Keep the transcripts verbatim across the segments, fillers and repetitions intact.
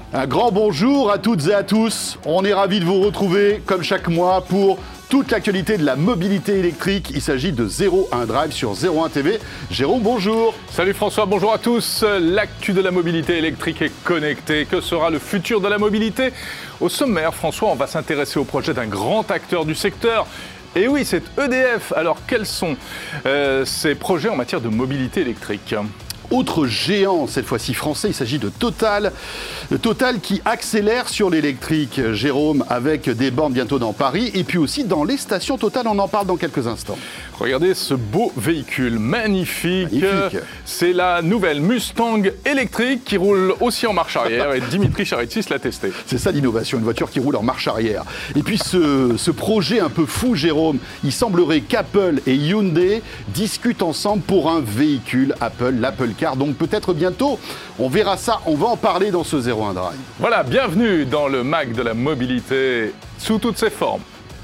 Un grand bonjour à toutes et à tous. On est ravis de vous retrouver comme chaque mois pour toute l'actualité de la mobilité électrique. Il s'agit de zéro un Drive sur zéro un T V. Jérôme, bonjour. Salut François, bonjour à tous. L'actu de la mobilité électrique est connectée. Que sera le futur de la mobilité? Au sommaire, François, on va s'intéresser au projet d'un grand acteur du secteur. Et oui, c'est E D F. Alors, quels sont euh, ces projets en matière de mobilité électrique ? Autre géant, cette fois-ci français, il s'agit de Total. Total qui accélère sur l'électrique, Jérôme, avec des bornes bientôt dans Paris et puis aussi dans les stations Total. On en parle dans quelques instants. Regardez ce beau véhicule magnifique. Magnifique. C'est la nouvelle Mustang électrique qui roule aussi en marche arrière et Dimitri Charitsis l'a testé. C'est ça l'innovation, une voiture qui roule en marche arrière. Et puis ce, ce projet un peu fou, Jérôme, il semblerait qu'Apple et Hyundai discutent ensemble pour un véhicule Apple, l'Apple Car. Donc peut-être bientôt, on verra ça, on va en parler dans ce zéro un Drive. Voilà, bienvenue dans le Mac de la mobilité sous toutes ses formes.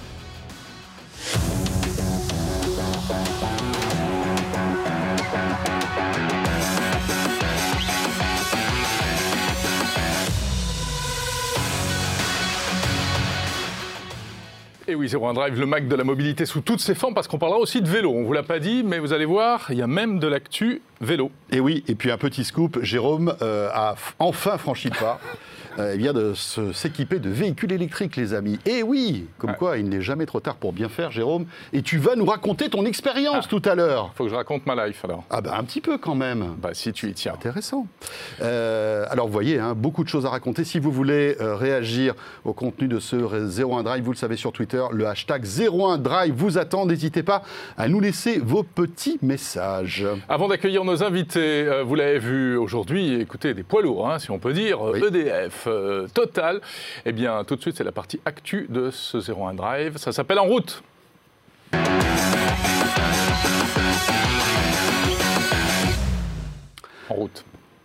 Et oui, zéro un Drive, le Mac de la mobilité sous toutes ses formes, parce qu'on parlera aussi de vélo. On ne vous l'a pas dit, mais vous allez voir, il y a même de l'actu vélo. Et oui, et puis un petit scoop, Jérôme euh, a enfin franchi le pas. Euh, il vient de se, s'équiper de véhicules électriques, les amis. Et oui, comme ouais. quoi, il n'est jamais trop tard pour bien faire, Jérôme. Et tu vas nous raconter ton expérience ah. tout à l'heure. Faut que je raconte ma life, alors. Ah bah un petit peu quand même. Bah si tu y tiens. Intéressant. Euh, alors vous voyez, hein, beaucoup de choses à raconter. Si vous voulez euh, réagir au contenu de ce zéro un Drive, vous le savez sur Twitter, le hashtag zéro un Drive vous attend. N'hésitez pas à nous laisser vos petits messages. Avant d'accueillir nos invités, euh, vous l'avez vu aujourd'hui, écoutez, des poids lourds, hein, si on peut dire, oui. E D F. Euh, Total, eh bien tout de suite c'est la partie actu de ce zéro un Drive, ça s'appelle En route. En route.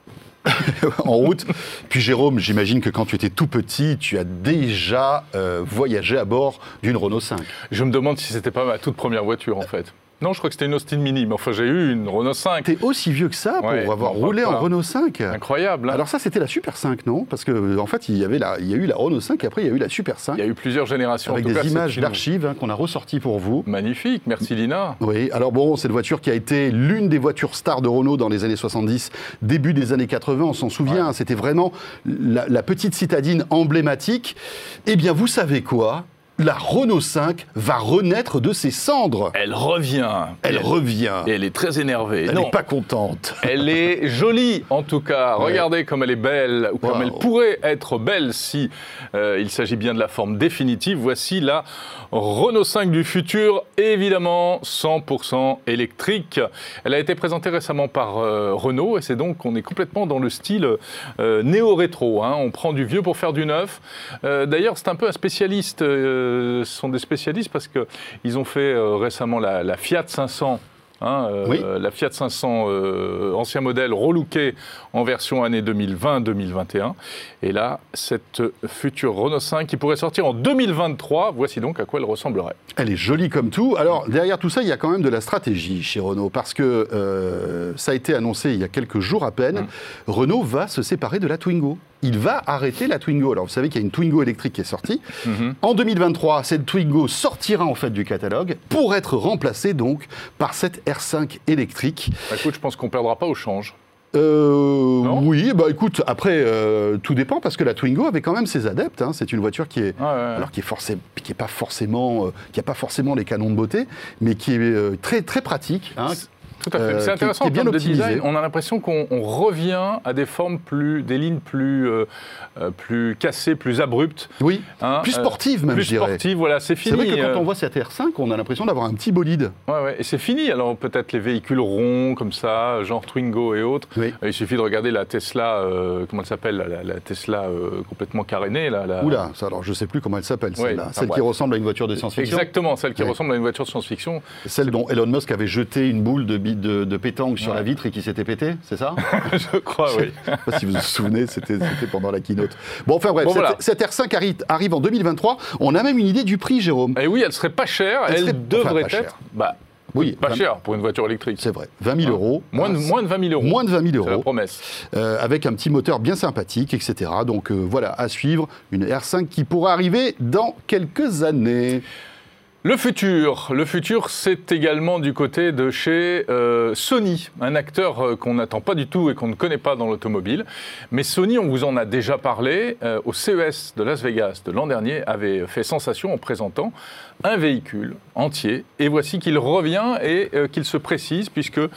En route. Puis Jérôme, j'imagine que quand tu étais tout petit, tu as déjà euh, voyagé à bord d'une Renault cinq. Je me demande si c'était pas ma toute première voiture en fait. Non, je crois que c'était une Austin Mini, mais enfin j'ai eu une Renault cinq. T'es aussi vieux que ça pour ouais, avoir roulé en Renault cinq. Incroyable. Hein. Alors ça, c'était la Super cinq, non? Parce que en fait, il y avait la, il y a eu la Renault cinq et après il y a eu la Super cinq. Il y a eu plusieurs générations. Avec en tout des cas, images d'archives hein, qu'on a ressorties pour vous. Magnifique, merci Lina. Oui, alors bon, cette voiture qui a été l'une des voitures stars de Renault dans les années soixante-dix, début des années quatre-vingts, on s'en souvient, ouais. C'était vraiment la, la petite citadine emblématique. Eh bien, vous savez quoi? La Renault cinq va renaître de ses cendres. Elle revient. Elle, elle revient. Et elle est très énervée. Elle n'est pas contente. Elle est jolie, en tout cas. Ouais. Regardez comme elle est belle, ou comme wow. elle pourrait être belle si euh, il s'agit bien de la forme définitive. Voici la Renault cinq du futur, évidemment cent pour cent électrique. Elle a été présentée récemment par euh, Renault, et c'est donc qu'on est complètement dans le style euh, néo-rétro. Hein. On prend du vieux pour faire du neuf. Euh, d'ailleurs, c'est un peu un spécialiste... Euh, Ce sont des spécialistes parce qu'ils ont fait euh, récemment la, la Fiat cinq cents. Hein, euh, oui. La Fiat cinq cents, euh, ancien modèle, relooké en version année deux mille vingt deux mille vingt et un. Et là, cette future Renault cinq qui pourrait sortir en deux mille vingt-trois, voici donc à quoi elle ressemblerait. Elle est jolie comme tout. Alors, derrière tout ça, il y a quand même de la stratégie chez Renault, parce que euh, ça a été annoncé il y a quelques jours à peine, mmh. Renault va se séparer de la Twingo. Il va arrêter la Twingo. Alors, vous savez qu'il y a une Twingo électrique qui est sortie. Mm-hmm. En deux mille vingt-trois, cette Twingo sortira en fait du catalogue pour être remplacée donc par cette R cinq électrique. Bah, écoute, je pense qu'on ne perdra pas au change. Euh, oui, bah écoute, après, euh, tout dépend, parce que la Twingo avait quand même ses adeptes. Hein. C'est une voiture qui est, ah ouais, ouais. alors qui est forcé, qui est pas forcément, euh, qui a pas forcément les canons de beauté, mais qui est euh, très très pratique. Hein. Tout à fait. Euh, c'est intéressant. Qui, qui est bien optimisé. Design, on a l'impression qu'on on revient à des formes plus, des lignes plus, euh, plus cassées, plus abruptes. Oui. Hein, plus sportives même, plus je dirais. Plus sportives, voilà, c'est fini. C'est vrai que quand on voit cette R cinq, on a l'impression d'avoir un petit bolide. Ouais, ouais. Et c'est fini. Alors peut-être les véhicules ronds comme ça, genre Twingo et autres. Oui. Il suffit de regarder la Tesla, euh, comment elle s'appelle, la, la Tesla euh, complètement carénée là. La... Oula, ça, alors je sais plus comment elle s'appelle celle-là. Oui, celle ah, qui bref. ressemble à une voiture de science-fiction. Exactement, celle qui oui. ressemble à une voiture de science-fiction. Celle dont Elon Musk avait jeté une boule de, de, de pétanque sur ouais. la vitre et qui s'était pété, c'est ça? Je crois, oui. Je ne sais pas si vous vous souvenez, c'était, c'était pendant la keynote. Bon, enfin bref, bon, cette, voilà. cette R cinq arrive, arrive en deux mille vingt-trois. On a même une idée du prix, Jérôme. Et oui, elle serait pas chère. Elle, elle serait, devrait enfin, être... Bah, Oui, pas vingt... cher pour une voiture électrique. C'est vrai, vingt mille euros. Moins de, hein, moins de vingt mille euros. Moins de vingt mille euros. C'est la promesse. Euh, avec un petit moteur bien sympathique, et cetera. Donc euh, voilà, à suivre, une R cinq qui pourra arriver dans quelques années. Le futur, le futur, c'est également du côté de chez euh, Sony, un acteur euh, qu'on n'attend pas du tout et qu'on ne connaît pas dans l'automobile. Mais Sony, on vous en a déjà parlé, euh, au C E S de Las Vegas de l'an dernier, avait fait sensation en présentant un véhicule entier. Et voici qu'il revient et euh, qu'il se précise, puisque euh,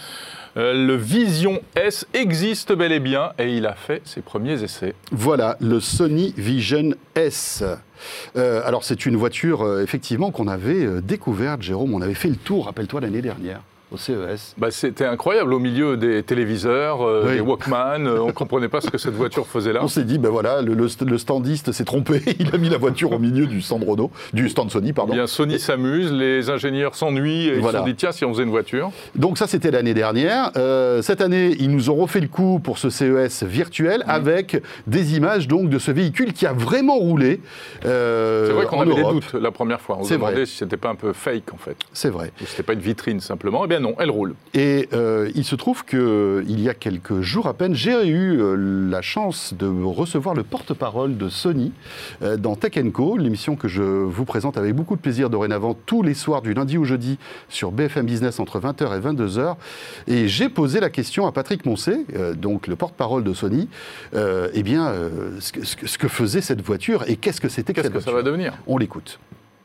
le Vision S existe bel et bien et il a fait ses premiers essais. Voilà, le Sony Vision S. Euh, alors c'est une voiture euh, effectivement qu'on avait euh, découverte, Jérôme, on avait fait le tour, rappelle-toi, l'année dernière. Au C E S. Bah, c'était incroyable, au milieu des téléviseurs, euh, oui. des Walkman, euh, on ne comprenait pas ce que cette voiture faisait là. On s'est dit, ben voilà, le, le, le standiste s'est trompé, il a mis la voiture au milieu du stand Renault, du stand Sony, pardon. Bien, Sony s'amuse, les ingénieurs s'ennuient, et voilà. Ils se sont dit, tiens, si on faisait une voiture. Donc ça, c'était l'année dernière. Euh, cette année, ils nous ont refait le coup pour ce C E S virtuel, mmh. avec des images donc, de ce véhicule qui a vraiment roulé euh, C'est vrai qu'on avait Europe. des doutes la première fois, on se demandait si c'était pas un peu fake en fait. C'est vrai. Si c'était pas une vitrine simplement, eh bien non, elle roule. Et euh, il se trouve qu'il y a quelques jours à peine, j'ai eu euh, la chance de recevoir le porte-parole de Sony euh, dans Tech and Co, l'émission que je vous présente avec beaucoup de plaisir dorénavant tous les soirs du lundi au jeudi sur B F M Business entre vingt heures et vingt-deux heures. Et j'ai posé la question à Patrick Moncé, euh, donc le porte-parole de Sony, euh, eh bien, euh, ce, que, ce que faisait cette voiture et qu'est-ce que c'était que qu'est-ce cette que voiture. Ça va devenir. On l'écoute.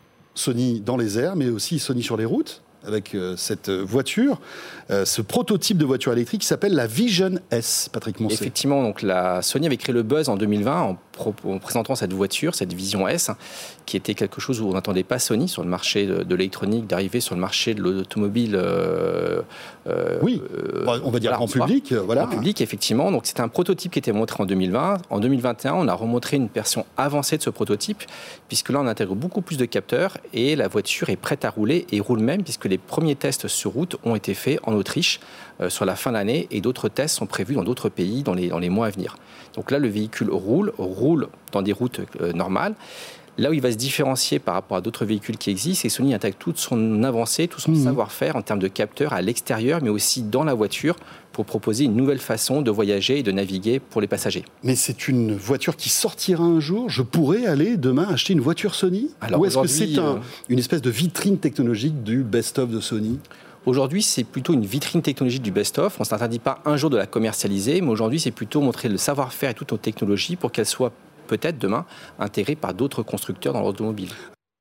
Sony dans les airs, mais aussi Sony sur les routes, avec euh, cette voiture, euh, ce prototype de voiture électrique qui s'appelle la Vision S, Patrick Moncé. Effectivement, donc la Sony avait créé le buzz en deux mille vingt en, pro- en présentant cette voiture, cette Vision S, qui était quelque chose où on n'attendait pas Sony sur le marché de, de l'électronique d'arriver sur le marché de l'automobile. Euh, euh, oui, euh, on va dire voilà, grand public. Voilà. Grand public, effectivement. Donc c'était un prototype qui était montré en deux mille vingt. En deux mille vingt et un, on a remontré une version avancée de ce prototype, puisque là on intègre beaucoup plus de capteurs et la voiture est prête à rouler et roule même, puisque les premiers tests sur route ont été faits en Autriche euh, sur la fin de l'année et d'autres tests sont prévus dans d'autres pays dans les, dans les mois à venir. Donc là, le véhicule roule, roule dans des routes euh, normales. Là où il va se différencier par rapport à d'autres véhicules qui existent, c'est que Sony intègre toute son avancée, tout son mmh. savoir-faire en termes de capteurs à l'extérieur, mais aussi dans la voiture, pour proposer une nouvelle façon de voyager et de naviguer pour les passagers. Mais c'est une voiture qui sortira un jour. Je pourrais aller demain acheter une voiture Sony ? Alors, ou est-ce que c'est un, euh... une espèce de vitrine technologique du best-of de Sony ? Aujourd'hui, c'est plutôt une vitrine technologique du best-of. On ne s'interdit pas un jour de la commercialiser, mais aujourd'hui, c'est plutôt montrer le savoir-faire et toutes nos technologies pour qu'elles soient peut-être demain intégrées par d'autres constructeurs dans l'automobile.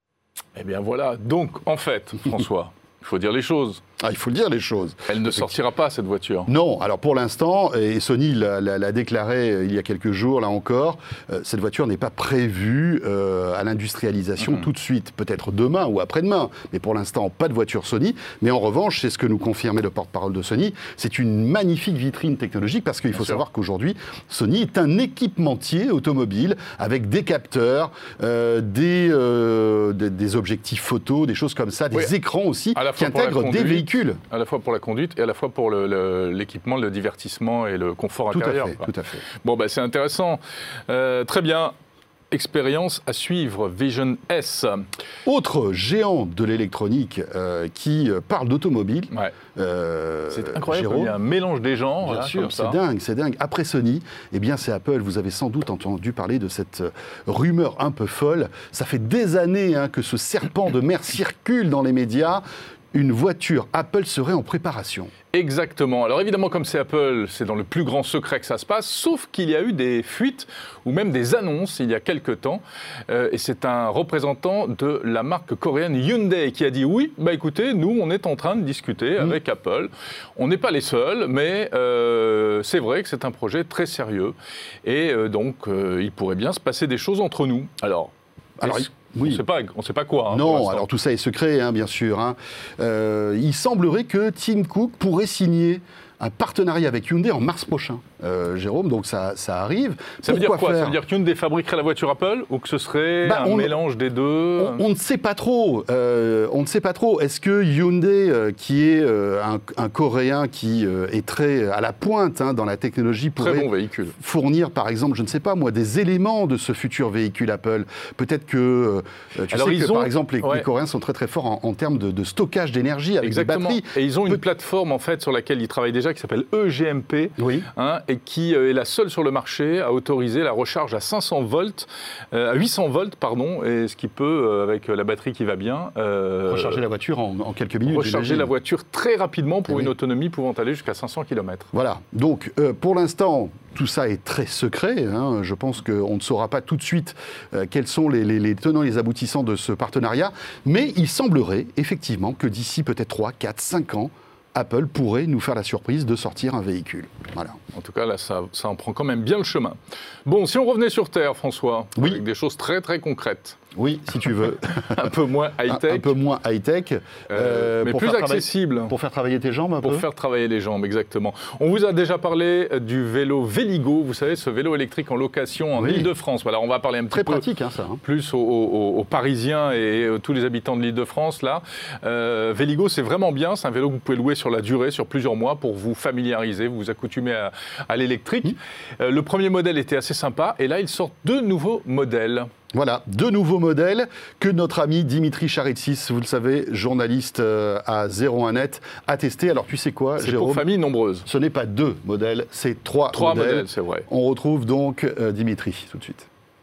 Eh bien voilà, donc en fait, François, il faut dire les choses. Ah, il faut le dire les choses. Elle ne sortira pas, cette voiture. Non, alors pour l'instant, et Sony l'a, l'a, l'a déclaré il y a quelques jours, là encore, euh, cette voiture n'est pas prévue euh, à l'industrialisation mmh. tout de suite. Peut-être demain ou après-demain, mais pour l'instant, pas de voiture Sony. Mais en revanche, c'est ce que nous confirmait le porte-parole de Sony, c'est une magnifique vitrine technologique, parce qu'il faut Bien savoir sûr. qu'aujourd'hui, Sony est un équipementier automobile, avec des capteurs, euh, des, euh, des, des objectifs photos, des choses comme ça, des oui. écrans aussi, qui intègrent des véhicules. À la fois pour la conduite et à la fois pour le, le, l'équipement, le divertissement et le confort tout intérieur. À fait, tout à fait. Bon, bah, c'est intéressant. Euh, très bien. Expérience à suivre, Vision S. Autre géant de l'électronique euh, qui parle d'automobile. Ouais. Euh, c'est incroyable, il y a un mélange des genres. Bien là, sûr, comme c'est ça. dingue, c'est dingue. Après Sony, eh bien c'est Apple. Vous avez sans doute entendu parler de cette rumeur un peu folle. Ça fait des années hein, que ce serpent de mer circule dans les médias. Une voiture Apple serait en préparation. Exactement. Alors évidemment, comme c'est Apple, c'est dans le plus grand secret que ça se passe, sauf qu'il y a eu des fuites ou même des annonces il y a quelque temps. Euh, et c'est un représentant de la marque coréenne Hyundai qui a dit oui, bah écoutez, nous on est en train de discuter mmh. avec Apple. On n'est pas les seuls, mais euh, c'est vrai que c'est un projet très sérieux. Et euh, donc, euh, il pourrait bien se passer des choses entre nous. Alors, Alors Oui. On ne sait pas quoi. Hein, non, alors tout ça est secret, hein, bien sûr. Hein. Euh, il semblerait que Tim Cook pourrait signer un partenariat avec Hyundai en mars prochain. euh, Jérôme, donc ça, ça arrive. Ça veut dire quoi? Ça veut dire qu'une des fabriquerait la voiture Apple ou que ce serait bah, un on, mélange des deux? on, on ne sait pas trop. Euh, on ne sait pas trop. Est-ce que Hyundai, euh, qui est euh, un, un Coréen qui euh, est très à la pointe hein, dans la technologie, pourrait très bon véhicule. fournir, par exemple, je ne sais pas moi, des éléments de ce futur véhicule Apple? Peut-être que, euh, tu Alors sais que, ont... par exemple, les, ouais. les Coréens sont très très forts en, en termes de, de stockage d'énergie avec Exactement. des batteries. Et ils ont une Pe- plateforme en fait sur laquelle ils travaillent déjà qui s'appelle E G M P, oui. hein, et qui euh, est la seule sur le marché à autoriser la recharge à cinq cents volts, euh, à huit cents volts, pardon, et ce qui peut, euh, avec la batterie qui va bien, euh, recharger la voiture en, en quelques minutes. Recharger j'imagine. la voiture très rapidement pour et une oui. autonomie pouvant aller jusqu'à cinq cents kilomètres. Voilà. Donc, euh, pour l'instant, tout ça est très secret. Hein. Je pense qu'on ne saura pas tout de suite euh, quels sont les, les, les tenants et les aboutissants de ce partenariat. Mais il semblerait effectivement que d'ici peut-être trois, quatre, cinq ans, Apple pourrait nous faire la surprise de sortir un véhicule. Voilà. En tout cas, là, ça, ça en prend quand même bien le chemin. Bon, si on revenait sur Terre, François, oui. avec des choses très, très concrètes. Oui, si tu veux. un peu moins high-tech. Un, un peu moins high-tech. Euh, euh, mais plus accessible. Pour faire travailler tes jambes un pour peu. Pour faire travailler les jambes, exactement. On vous a déjà parlé du vélo Véligo, vous savez, ce vélo électrique en location en oui. Île-de-France. Voilà, on va parler un petit Très peu pratique, hein, ça, hein. plus aux, aux, aux Parisiens et à tous les habitants de l'Île-de-France. Là, euh, Véligo, c'est vraiment bien. C'est un vélo que vous pouvez louer sur la durée, sur plusieurs mois, pour vous familiariser, vous vous accoutumer à, à l'électrique. Mmh. Euh, le premier modèle était assez sympa, et là, ils sortent deux nouveaux modèles. Voilà, deux nouveaux modèles que notre ami Dimitri Charitsis, vous le savez, journaliste à zéro un net, a testé. Alors tu sais quoi, c'est Jérôme, pour famille nombreuse. Ce n'est pas deux modèles, c'est trois, trois modèles. modèles, c'est vrai. On retrouve donc euh, Dimitri tout de suite.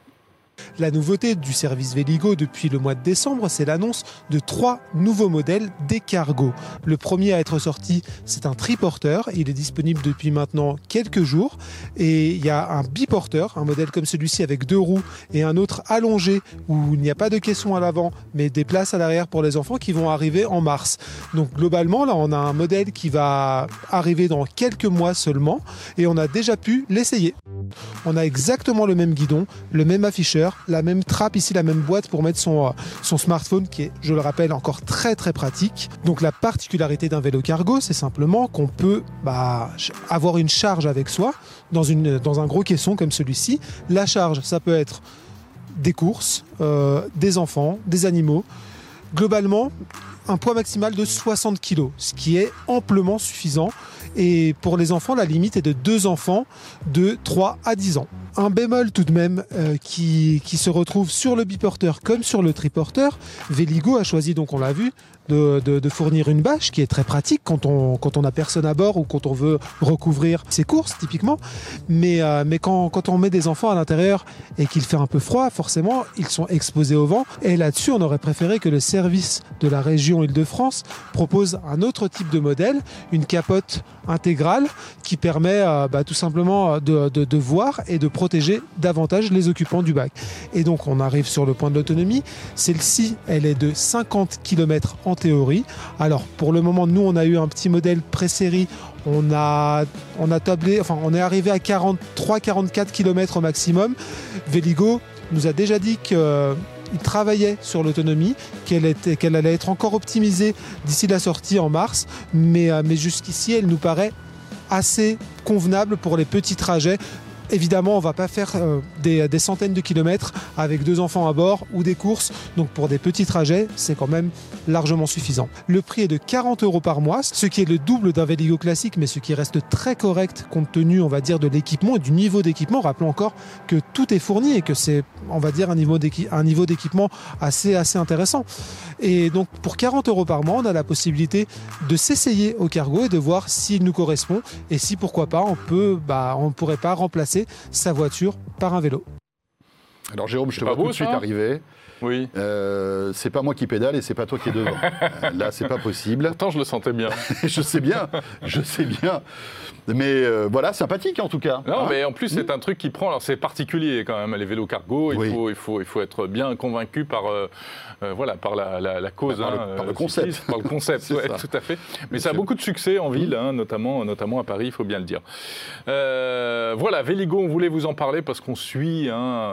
La nouveauté du service Véligo depuis le mois de décembre, c'est l'annonce de trois nouveaux modèles d'E-Cargo. Le premier à être sorti, c'est un triporteur. Il est disponible depuis maintenant quelques jours. Et il y a un biporteur, un modèle comme celui-ci avec deux roues et un autre allongé où il n'y a pas de caisson à l'avant, mais des places à l'arrière pour les enfants qui vont arriver en mars. Donc globalement, là, on a un modèle qui va arriver dans quelques mois seulement et on a déjà pu l'essayer. On a exactement le même guidon, le même afficheur, la même trappe ici, la même boîte pour mettre son, son smartphone qui est, je le rappelle, encore très très pratique. Donc la particularité d'un vélo cargo, c'est simplement qu'on peut bah, avoir une charge avec soi dans, une, dans un gros caisson comme celui-ci. La charge, ça peut être des courses, euh, des enfants, des animaux. Globalement, un poids maximal de soixante kilos, ce qui est amplement suffisant. Et pour les enfants, la limite est de deux enfants de trois à dix ans. Un bémol tout de même euh, qui, qui se retrouve sur le biporteur comme sur le triporteur. Véligo a choisi, donc on l'a vu, de, de, de fournir une bâche qui est très pratique quand on quand on a personne à bord ou quand on veut recouvrir ses courses typiquement. Mais, euh, mais quand, quand on met des enfants à l'intérieur et qu'il fait un peu froid, forcément, ils sont exposés au vent. Et là-dessus, on aurait préféré que le service de la région Île-de-France propose un autre type de modèle, une capote intégrale qui permet euh, bah, tout simplement de, de, de voir et de protéger davantage les occupants du bac. Et donc on arrive sur le point de l'autonomie. Celle-ci, elle est de cinquante kilomètres en théorie. Alors pour le moment, nous on a eu un petit modèle pré-série. On a, on a tablé, enfin on est arrivé à quarante-trois à quarante-quatre kilomètres au maximum. Véligo nous a déjà dit que il travaillait sur l'autonomie, qu'elle, était, qu'elle allait être encore optimisée d'ici la sortie en mars, mais, mais jusqu'ici, elle nous paraît assez convenable pour les petits trajets. Évidemment, on ne va pas faire euh, des, des centaines de kilomètres avec deux enfants à bord ou des courses. Donc pour des petits trajets, c'est quand même largement suffisant. Le prix est de quarante euros par mois, ce qui est le double d'un Véligo classique, mais ce qui reste très correct compte tenu, on va dire, de l'équipement et du niveau d'équipement. Rappelons encore que tout est fourni et que c'est, on va dire, un niveau, d'équi- un niveau d'équipement assez, assez intéressant. Et donc pour quarante euros par mois, on a la possibilité de s'essayer au cargo et de voir s'il nous correspond et si, pourquoi pas, on peut, bah, on ne pourrait pas remplacer sa voiture par un vélo. Alors Jérôme, je te vois tout de suite arriver. Oui. Euh, c'est pas moi qui pédale et c'est pas toi qui es devant. euh, là, c'est pas possible. Pourtant, je le sentais bien. je sais bien, je sais bien. Mais euh, voilà, sympathique en tout cas. Non, hein, mais en plus, c'est un truc qui prend. Alors, c'est particulier quand même, les vélos cargo. Il, oui. faut, il, faut, il faut être bien convaincu par, euh, euh, voilà, par la, la, la cause. Par, hein, le, par le concept. Cycliste, par le concept, ouais, tout à fait. Mais bien ça sûr. A beaucoup de succès en ville, hein, notamment, notamment à Paris, il faut bien le dire. Euh, voilà, Véligo, on voulait vous en parler parce qu'on suit hein, en permanence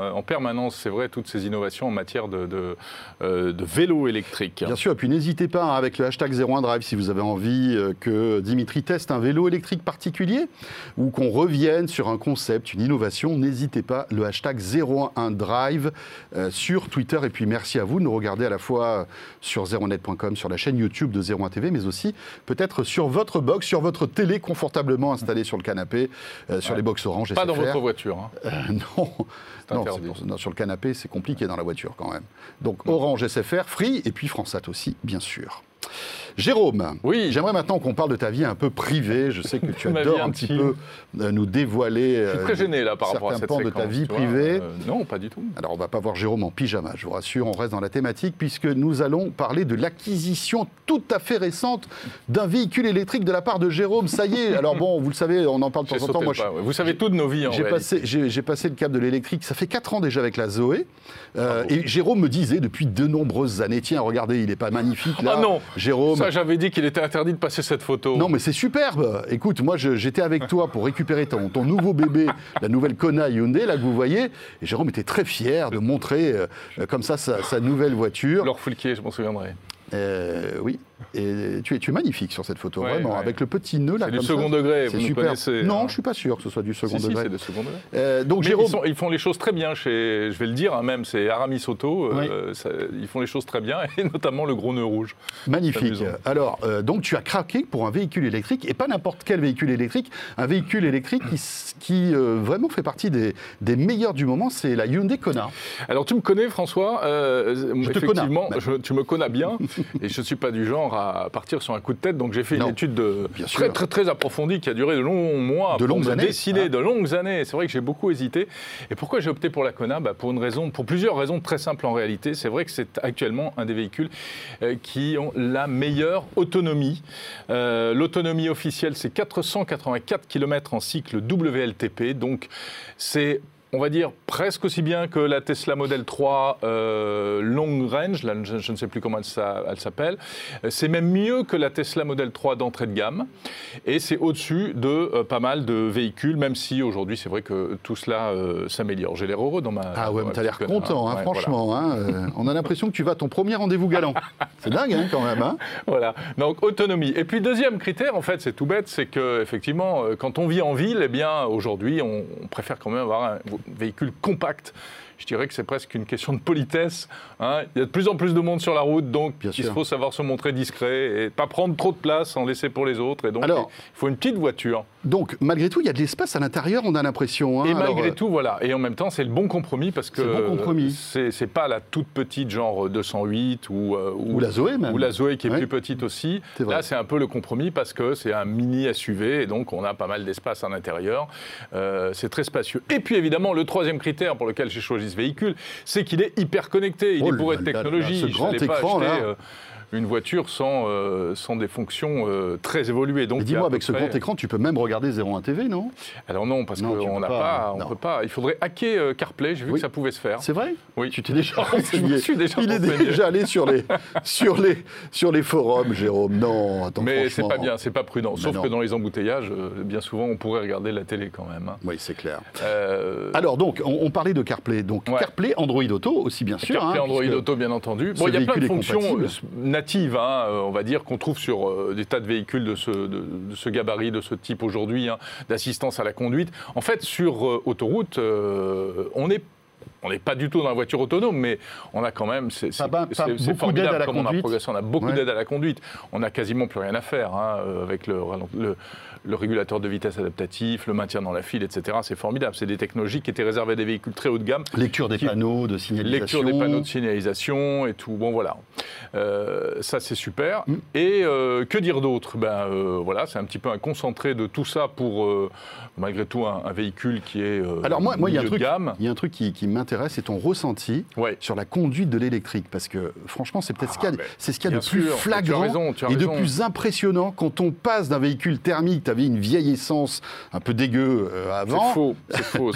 permanence, c'est vrai, toutes ces innovations en matière de, de, euh, de vélo électrique. Bien sûr, et puis n'hésitez pas hein, avec le hashtag zéro un drive si vous avez envie euh, que Dimitri teste un vélo électrique particulier ou qu'on revienne sur un concept, une innovation. N'hésitez pas, le hashtag zéro un drive euh, sur Twitter. Et puis merci à vous de nous regarder à la fois sur zéro net point com, sur la chaîne YouTube de zéro un T V, mais aussi peut-être sur votre box, sur votre télé confortablement installée sur le canapé, euh, sur ouais. les box Orange. Pas dans votre voiture. Hein. Euh, non, non, pour, non, sur le canapé, c'est compliqué dans la voiture quand même. Donc Orange, S F R, Free et puis FranceSat aussi, bien sûr. Jérôme, oui. j'aimerais maintenant qu'on parle de ta vie un peu privée. Je sais que tu adores un petit peu euh, nous dévoiler euh, je suis très gêné, là, par certains rapport à cette pans séquence, de ta vie vois, privée. Euh, non, pas du tout. Alors, on ne va pas voir Jérôme en pyjama, je vous rassure. On reste dans la thématique puisque nous allons parler de l'acquisition tout à fait récente d'un véhicule électrique de la part de Jérôme. Ça y est, alors bon, vous le savez, on en parle de temps en temps. Moi, je, ouais. Vous savez tout de nos vies, en j'ai passé, j'ai, j'ai passé le cap de l'électrique. Ça fait quatre ans déjà avec la Zoé. Euh, et Jérôme me disait depuis de nombreuses années, tiens, regardez, il n'est pas magnifique là. Ah non, Jérôme. Ça, j'avais dit qu'il était interdit de passer cette photo. Non, mais c'est superbe. Écoute, moi, je, j'étais avec toi pour récupérer ton, ton nouveau bébé, la nouvelle Kona Hyundai, là, que vous voyez. Et Jérôme était très fier de montrer euh, comme ça sa, sa nouvelle voiture. Laure Foulquier, je m'en souviendrai. Euh, oui, et tu es, tu es magnifique sur cette photo, ouais, vraiment, ouais. avec le petit nœud là. C'est comme du second ça. degré, c'est vous super. Nous connaissez. Non, hein. je suis pas sûr que ce soit du second si, degré. Si, c'est du second degré. Euh, donc Mais Jérôme, ils, sont, ils font les choses très bien chez, je vais le dire, hein, même c'est Aramis Auto, oui. euh, ça, ils font les choses très bien et notamment le gros nœud rouge. Magnifique. Alors, euh, donc tu as craqué pour un véhicule électrique et pas n'importe quel véhicule électrique, un véhicule électrique qui, qui euh, vraiment fait partie des, des meilleurs du moment, c'est la Hyundai Kona. Alors tu me connais, François, euh, je effectivement, te je, tu me connais bien et je ne suis pas du genre à partir sur un coup de tête, donc j'ai fait non, une étude de, très, très très approfondie qui a duré de longs mois, de longues pour années, décider hein. de longues années. C'est vrai que j'ai beaucoup hésité. Et pourquoi j'ai opté pour la Kona? Bah, pour une raison, pour plusieurs raisons très simples en réalité. C'est vrai que c'est actuellement un des véhicules euh, qui ont la meilleure autonomie. Euh, l'autonomie officielle, c'est quatre cent quatre-vingt-quatre kilomètres en cycle W L T P, donc c'est, on va dire, presque aussi bien que la Tesla Model trois euh, Long Range, là, je, je ne sais plus comment elle, ça, elle s'appelle. C'est même mieux que la Tesla Model trois d'entrée de gamme. Et c'est au-dessus de euh, pas mal de véhicules, même si aujourd'hui, c'est vrai que tout cela euh, s'améliore. J'ai l'air heureux dans ma... Ah ouais, mais t'as l'air Kona, content, hein, ouais, franchement. Voilà. Hein, euh, on a l'impression que tu vas à ton premier rendez-vous galant. C'est dingue, hein, quand même. Hein. Voilà, donc autonomie. Et puis deuxième critère, en fait, c'est tout bête, c'est qu'effectivement, quand on vit en ville, eh bien, aujourd'hui, on, on préfère quand même avoir un véhicule compact. Je dirais que c'est presque une question de politesse. Hein. Il y a de plus en plus de monde sur la route, donc Bien il sûr. faut savoir se montrer discret et pas prendre trop de place, en laisser pour les autres. Et donc, Alors, il faut une petite voiture. Donc, malgré tout, il y a de l'espace à l'intérieur, on a l'impression. Hein. Et malgré Alors, tout, voilà. Et en même temps, c'est le bon compromis parce que c'est le bon compromis. C'est, c'est pas la toute petite genre deux cent huit ou, euh, ou, ou la Zoé même. Ou la Zoé qui est ouais. plus petite aussi. C'est Là, c'est un peu le compromis parce que c'est un mini S U V et donc on a pas mal d'espace à l'intérieur. Euh, c'est très spacieux. Et puis évidemment, le troisième critère pour lequel j'ai choisi ce véhicule, c'est qu'il est hyper connecté. Il oh est bourré de technologie. Ce grand Je écran pas acheté, là. Euh, une voiture sans, euh, sans des fonctions euh, très évoluées. Donc, mais dis-moi, avec ce près... grand écran, tu peux même regarder zéro un T V, non? Alors non, parce qu'on n'a pas, on peut pas. Il faudrait hacker euh, CarPlay. J'ai vu oui. que ça pouvait se faire. C'est vrai? Oui. Tu t'es déjà renseigné. Je me suis déjà Il renseigné. est déjà allé sur les, sur les, sur les forums, Jérôme. Non, attends, mais c'est pas bien, c'est pas prudent. Sauf non. que dans les embouteillages, euh, bien souvent, on pourrait regarder la télé quand même. Hein. Oui, c'est clair. Euh... Alors donc, on, on parlait de CarPlay. Donc ouais. CarPlay, Android Auto aussi, bien sûr. CarPlay, hein, Android Auto, bien entendu. Bon, il y a plein de fonctions natives. Hein, on va dire, qu'on trouve sur euh, des tas de véhicules de ce, de, de ce gabarit, de ce type aujourd'hui, hein, d'assistance à la conduite. En fait, sur euh, autoroute, euh, on est On n'est pas du tout dans la voiture autonome, mais on a quand même, c'est, c'est, pas, pas c'est, c'est formidable comme on a progressé. On a beaucoup ouais. d'aide à la conduite. On n'a quasiment plus rien à faire hein, avec le, le, le régulateur de vitesse adaptatif, le maintien dans la file, et cetera. C'est formidable. C'est des technologies qui étaient réservées à des véhicules très haut de gamme. Lecture des qui, panneaux de signalisation. Lecture des panneaux de signalisation et tout. Bon, voilà. Euh, ça, c'est super. Mm. Et euh, que dire d'autre? Ben, euh, voilà, c'est un petit peu un concentré de tout ça pour, euh, malgré tout, un, un véhicule qui est euh, Alors moi, moi, il y a un truc, de gamme. Il y a un truc qui, qui m'intéresse, c'est ton ressenti ouais. sur la conduite de l'électrique. Parce que, franchement, c'est peut-être ah, ce qu'il y a, c'est ce qu'il y a de sûr, plus flagrant raison, et de plus impressionnant quand on passe d'un véhicule thermique, tu avais une vieille essence un peu dégueu euh, avant. C'est faux, c'est faux.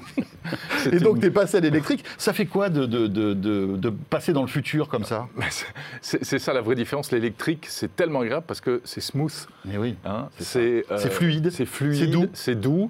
C'est et donc, une... tu es passé à l'électrique. Ça fait quoi de, de, de, de, de passer dans le futur comme ça? c'est, c'est ça la vraie différence. L'électrique, c'est tellement agréable parce que c'est smooth. Et oui, hein, c'est, c'est, euh, c'est fluide. C'est fluide, c'est doux. C'est doux.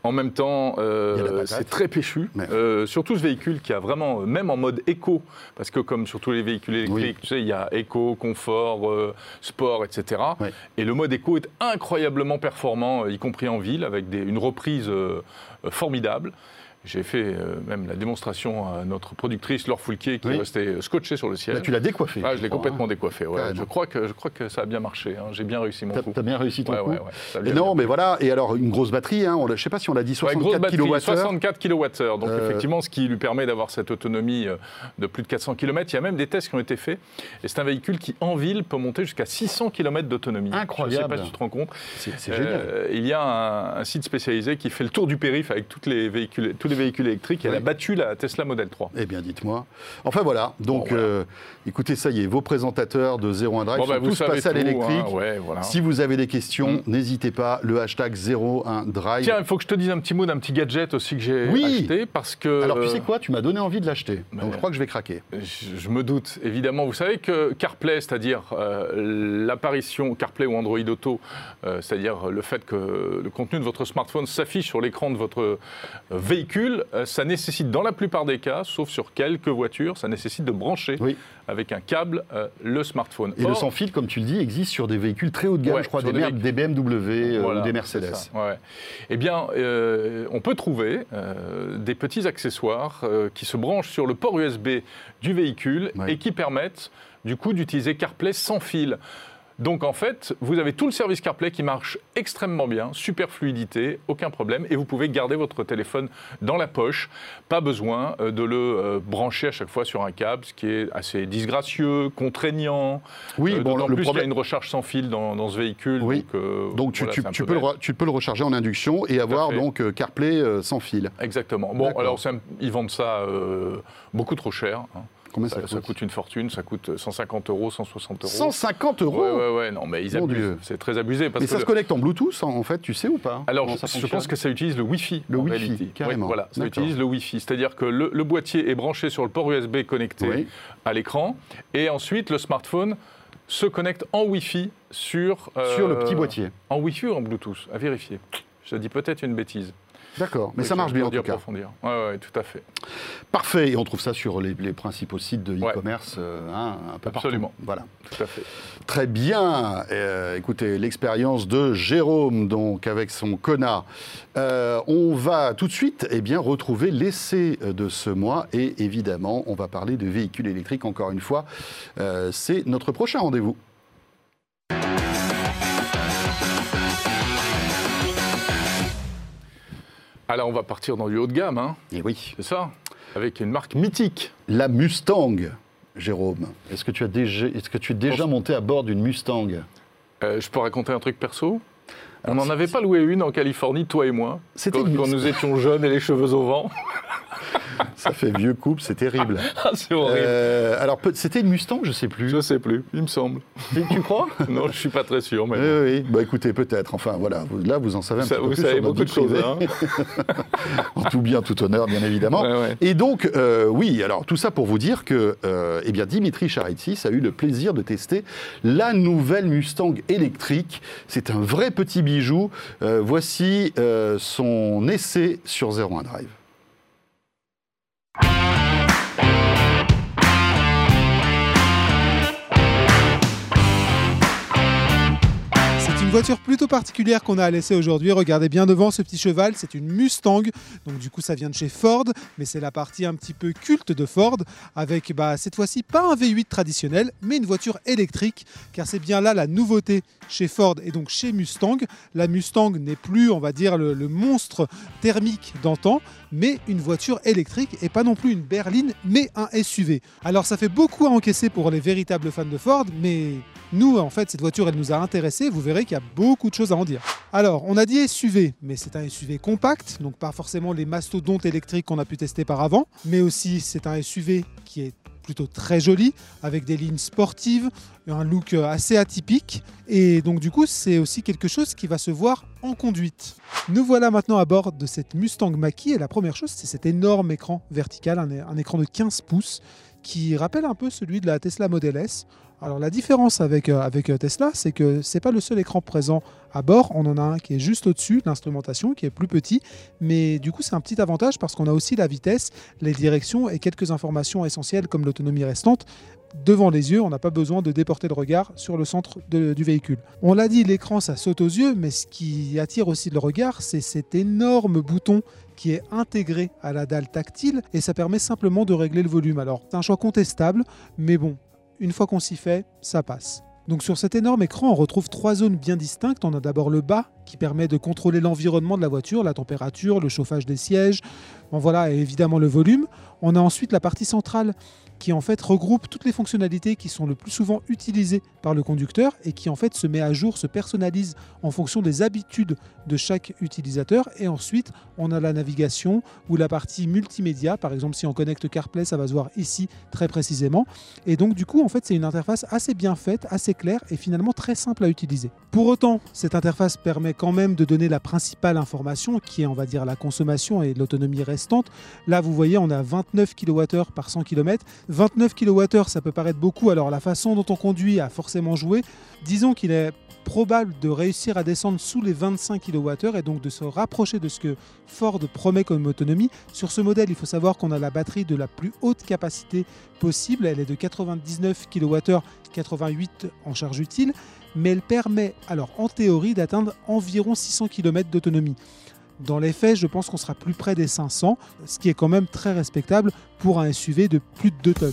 En même temps, euh, c'est très péchu. Mais... Euh, surtout ce véhicule qui a vraiment, même en mode éco, parce que comme sur tous les véhicules électriques, oui. tu sais, il y a éco, confort, euh, sport, et cetera. Oui. Et le mode éco est incroyablement performant, y compris en ville, avec des, une reprise euh, formidable. J'ai fait euh, même la démonstration à notre productrice Laure Foulquier qui oui. est restée scotchée sur le siège. Là, tu l'as décoiffé. Ah, je l'ai complètement hein. décoiffé. Ouais. Je, crois que, je crois que ça a bien marché. Hein. J'ai bien réussi mon coup. Tu as bien réussi ton ouais, coup. Ouais, ouais, et non, mais voilà. Et alors, une grosse batterie. Hein, on, je ne sais pas si on l'a dit, soixante-quatre kilowattheures. soixante-quatre kilowattheures. Donc, euh... effectivement, ce qui lui permet d'avoir cette autonomie de plus de quatre cents kilomètres. Il y a même des tests qui ont été faits. Et c'est un véhicule qui, en ville, peut monter jusqu'à six cents kilomètres d'autonomie. Incroyable. Je ne sais pas si tu te rends compte. C'est euh, génial. Il y a un, un site spécialisé qui fait le tour du périph' avec toutes les véhicules, tous les véhicules électriques. Elle a battu la Tesla Model trois. Eh bien, dites-moi. Enfin, voilà. Donc, bon, voilà. Euh, écoutez, ça y est, vos présentateurs de zéro un Drive bon, bah, sont tous passés à l'électrique. Hein, ouais, voilà. Si vous avez des questions, mmh. n'hésitez pas. Le hashtag zéro un Drive. Tiens, il faut que je te dise un petit mot d'un petit gadget aussi que j'ai oui. acheté. Parce que, alors, tu sais quoi? Tu m'as donné envie de l'acheter. Bah, donc, je crois que je vais craquer. Je, je me doute, évidemment. Vous savez que CarPlay, c'est-à-dire euh, l'apparition CarPlay ou Android Auto, euh, c'est-à-dire le fait que le contenu de votre smartphone s'affiche sur l'écran de votre euh, véhicule, euh, ça nécessite dans la plupart des cas, sauf sur quelques voitures, ça nécessite de brancher oui. avec un câble euh, le smartphone. Et Or, le sans fil, comme tu le dis, existe sur des véhicules très haut de gamme, ouais, je crois, des, des, des B M W voilà, euh, ou des Mercedes. Ouais. Eh bien, euh, on peut trouver euh, des petits accessoires euh, qui se branchent sur le port U S B du véhicule ouais. et qui permettent, du coup, d'utiliser CarPlay sans fil. Donc en fait, vous avez tout le service CarPlay qui marche extrêmement bien, super fluidité, aucun problème, et vous pouvez garder votre téléphone dans la poche. Pas besoin euh, de le euh, brancher à chaque fois sur un câble, ce qui est assez disgracieux, contraignant. Oui, euh, bon, en le plus, problème... il y a une recharge sans fil dans, dans ce véhicule. Oui. Donc, euh, donc tu, voilà, tu, tu, peux le, tu peux le recharger en induction et avoir donc euh, CarPlay euh, sans fil. Exactement. Bon, alors un, ils vendent ça euh, beaucoup trop cher. Hein. Combien ça, ça, ça coûte une fortune, ça coûte cent cinquante euros, cent soixante euros. cent cinquante euros Ouais, ouais, ouais, non, mais ils abusent. C'est très abusé. Parce mais que ça le... se connecte en Bluetooth, en fait, tu sais ou pas? Alors, je, je pense que ça utilise le Wi-Fi. Le en Wi-Fi, réalité. carrément. Oui, voilà, ça utilise le Wi-Fi. C'est-à-dire que le, le boîtier est branché sur le port U S B connecté oui. à l'écran, et ensuite, le smartphone se connecte en Wi-Fi sur... Euh, sur le petit boîtier. En Wi-Fi ou en Bluetooth? À vérifier. Je dis peut-être une bêtise. D'accord, mais oui, ça marche bien en tout cas. Approfondir. Oui, ouais, tout à fait. Parfait, et on trouve ça sur les, les principaux sites de e-commerce, ouais. euh, hein, un peu Absolument. Partout. Voilà. Tout à fait. Très bien. Euh, écoutez, l'expérience de Jérôme, donc avec son Kona. Euh, on va tout de suite, eh bien, retrouver l'essai de ce mois, et évidemment, on va parler de véhicules électriques encore une fois. Euh, c'est notre prochain rendez-vous. Alors, on va partir dans du haut de gamme, hein. Et oui. C'est ça, avec une marque mythique. La Mustang, Jérôme. Est-ce que tu as déjà, est-ce que tu es déjà bon, monté à bord d'une Mustang? euh, Je peux raconter un truc perso? Alors, on n'en avait pas loué une en Californie, toi et moi, quand, quand nous étions jeunes et les cheveux au vent. Ça fait vieux couple, c'est terrible. Ah, c'est horrible. Euh, alors, c'était une Mustang, je ne sais plus. Je ne sais plus, il me semble. Et tu crois? Non, je ne suis pas très sûr. Mais oui, bon. oui, bah écoutez, peut-être. Enfin, voilà, vous, là, vous en savez un ça, petit peu vous plus savez sur beaucoup de choses. Hein. En tout bien, tout honneur, bien évidemment. Ouais, ouais. Et donc, euh, oui, alors tout ça pour vous dire que euh, eh bien, Dimitri Charitsis a eu le plaisir de tester la nouvelle Mustang électrique. C'est un vrai petit bijou. Euh, voici euh, son essai sur zéro un Drive. Une voiture plutôt particulière qu'on a à l'essai aujourd'hui. Regardez bien devant ce petit cheval, c'est une Mustang. Donc du coup ça vient de chez Ford, mais c'est la partie un petit peu culte de Ford, avec bah, cette fois-ci pas un V huit traditionnel, mais une voiture électrique, car c'est bien là la nouveauté chez Ford et donc chez Mustang. La Mustang n'est plus, on va dire, le, le monstre thermique d'antan, mais une voiture électrique et pas non plus une berline, mais un S U V. Alors ça fait beaucoup à encaisser pour les véritables fans de Ford, mais nous, en fait, cette voiture, elle nous a intéressés. Vous verrez qu'il y a beaucoup de choses à en dire. Alors, on a dit S U V, mais c'est un S U V compact, donc pas forcément les mastodontes électriques qu'on a pu tester par avant, mais aussi c'est un S U V qui est plutôt très joli, avec des lignes sportives, un look assez atypique, et donc du coup, c'est aussi quelque chose qui va se voir en conduite. Nous voilà maintenant à bord de cette Mustang Mach-E et la première chose, c'est cet énorme écran vertical, un, un écran de quinze pouces qui rappelle un peu celui de la Tesla Model S. Alors la différence avec, euh, avec Tesla, c'est que ce n'est pas le seul écran présent à bord, on en a un qui est juste au-dessus, l'instrumentation qui est plus petit, mais du coup c'est un petit avantage parce qu'on a aussi la vitesse, les directions et quelques informations essentielles comme l'autonomie restante devant les yeux, on n'a pas besoin de déporter le regard sur le centre de, du véhicule. On l'a dit, l'écran ça saute aux yeux, mais ce qui attire aussi le regard, c'est cet énorme bouton qui est intégré à la dalle tactile et ça permet simplement de régler le volume. Alors c'est un choix contestable, mais bon, une fois qu'on s'y fait, ça passe. Donc sur cet énorme écran, on retrouve trois zones bien distinctes. On a d'abord le bas qui permet de contrôler l'environnement de la voiture, la température, le chauffage des sièges, bon, voilà, et évidemment le volume. On a ensuite la partie centrale qui en fait regroupe toutes les fonctionnalités qui sont le plus souvent utilisées par le conducteur et qui en fait se met à jour, se personnalise en fonction des habitudes de chaque utilisateur. Et ensuite, on a la navigation ou la partie multimédia. Par exemple, si on connecte CarPlay, ça va se voir ici très précisément. Et donc du coup, en fait, c'est une interface assez bien faite, assez claire et finalement très simple à utiliser. Pour autant, cette interface permet quand même de donner la principale information qui est, on va dire, la consommation et l'autonomie restante. Là, vous voyez, on a vingt-neuf kilowattheures par cent kilomètres. vingt-neuf kilowattheures, ça peut paraître beaucoup. Alors la façon dont on conduit a forcément joué. Disons qu'il est probable de réussir à descendre sous les vingt-cinq kilowattheures et donc de se rapprocher de ce que Ford promet comme autonomie. Sur ce modèle, il faut savoir qu'on a la batterie de la plus haute capacité possible. Elle est de quatre-vingt-dix-neuf kilowattheures, quatre-vingt-huit en charge utile, mais elle permet alors en théorie d'atteindre environ six cents kilomètres d'autonomie. Dans les faits, je pense qu'on sera plus près des cinq cents, ce qui est quand même très respectable pour un S U V de plus de deux tonnes.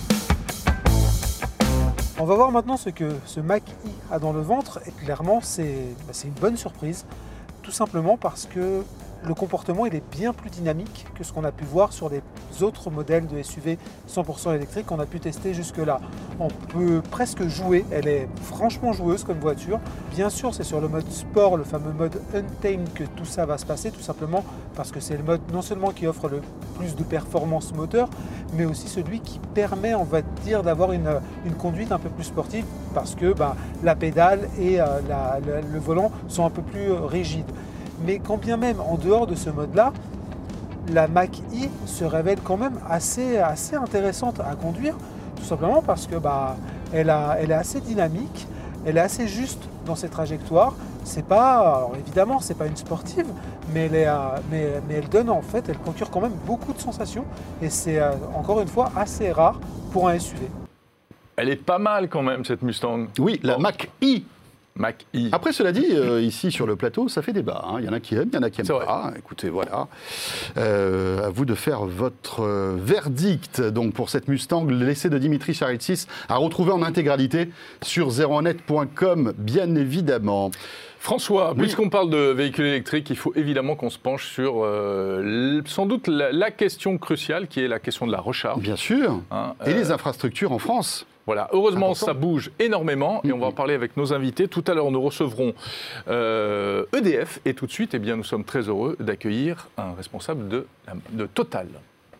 On va voir maintenant ce que ce Mach-E a dans le ventre et clairement c'est bah, c'est une bonne surprise, tout simplement parce que le comportement il est bien plus dynamique que ce qu'on a pu voir sur les autres modèles de S U V cent pour cent électriques qu'on a pu tester jusque-là. On peut presque jouer, elle est franchement joueuse comme voiture. Bien sûr, c'est sur le mode sport, le fameux mode Untamed que tout ça va se passer, tout simplement parce que c'est le mode non seulement qui offre le plus de performance moteur, mais aussi celui qui permet, on va dire, d'avoir une, une conduite un peu plus sportive parce que bah, la pédale et euh, la, la, le volant sont un peu plus euh, rigides. Mais quand bien même en dehors de ce mode-là, la Mach-E se révèle quand même assez, assez intéressante à conduire, tout simplement parce que bah, elle, a, elle est assez dynamique, elle est assez juste dans ses trajectoires. C'est pas, alors évidemment, c'est pas une sportive, mais elle, est, mais, mais elle donne en fait, elle procure quand même beaucoup de sensations et c'est encore une fois assez rare pour un S U V. Elle est pas mal quand même cette Mustang. Oui, la oh. Mach-E. Mach-E. Après, cela dit, euh, ici sur le plateau, ça fait débat. Hein. Il y en a qui aiment, il y en a qui n'aiment pas. Écoutez, voilà. Euh, à vous de faire votre euh, verdict donc, pour cette Mustang. L'essai de Dimitri Charitsis à retrouver en intégralité sur zéro un net point com, bien évidemment. François, oui. Puisqu'on parle de véhicules électriques, il faut évidemment qu'on se penche sur euh, sans doute la, la question cruciale qui est la question de la recharge. Bien sûr. Hein, Et euh... les infrastructures en France. Voilà, heureusement ça bouge énormément et on va en parler avec nos invités. Tout à l'heure nous recevrons euh, E D F et tout de suite eh bien, nous sommes très heureux d'accueillir un responsable de, de Total.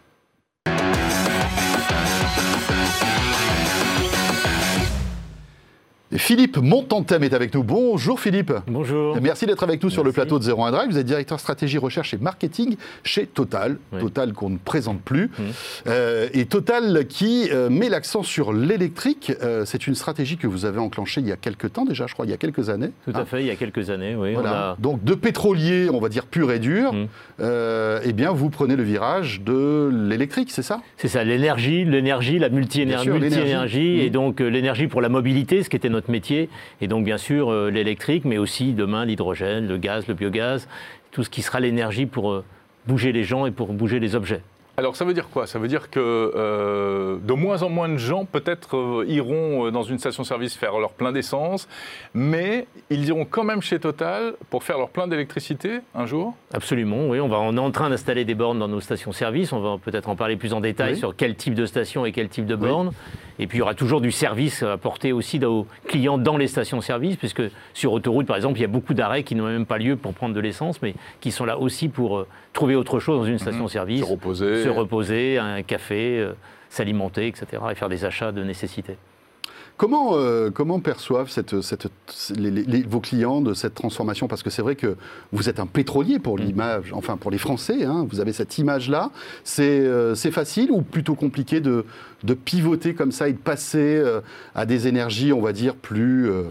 Philippe Montantem est avec nous. Bonjour Philippe. Bonjour. Merci d'être avec nous Merci. Sur le plateau de zéro un Drive. Vous êtes directeur stratégie, recherche et marketing chez Total. Oui. Total qu'on ne présente plus. Mmh. Euh, et Total qui euh, met l'accent sur l'électrique. Euh, c'est une stratégie que vous avez enclenchée il y a quelques temps déjà, je crois, il y a quelques années. Tout à hein. fait, il y a quelques années, oui. Voilà. On a... Donc de pétrolier, on va dire pur et dur, mmh. euh, eh bien vous prenez le virage de l'électrique, c'est ça? C'est ça, l'énergie, l'énergie, la multi-énergie, multi-énergie, mmh. et donc euh, l'énergie pour la mobilité, ce qui était notre métier, et donc bien sûr euh, l'électrique, mais aussi demain l'hydrogène, le gaz, le biogaz, tout ce qui sera l'énergie pour euh, bouger les gens et pour bouger les objets. Alors ça veut dire quoi? Ça veut dire que euh, de moins en moins de gens peut-être euh, iront dans une station-service faire leur plein d'essence, mais ils iront quand même chez Total pour faire leur plein d'électricité un jour? Absolument, oui. On, va, on est en train d'installer des bornes dans nos stations-service. On va peut-être en parler plus en détail oui. sur quel type de station et quel type de borne. Oui. Et puis il y aura toujours du service apporté aussi aux clients dans les stations-service, puisque sur autoroute par exemple, il y a beaucoup d'arrêts qui n'ont même pas lieu pour prendre de l'essence, mais qui sont là aussi pour euh, trouver autre chose dans une station-service. Se reposer. Se reposer, un café, euh, s'alimenter, et cetera et faire des achats de nécessité. Comment, euh, comment perçoivent cette, cette, les, les, vos clients de cette transformation? Parce que c'est vrai que vous êtes un pétrolier pour l'image, enfin pour les Français, hein, vous avez cette image-là. C'est euh, c'est facile ou plutôt compliqué de, de pivoter comme ça et de passer euh, à des énergies, on va dire, plus, euh,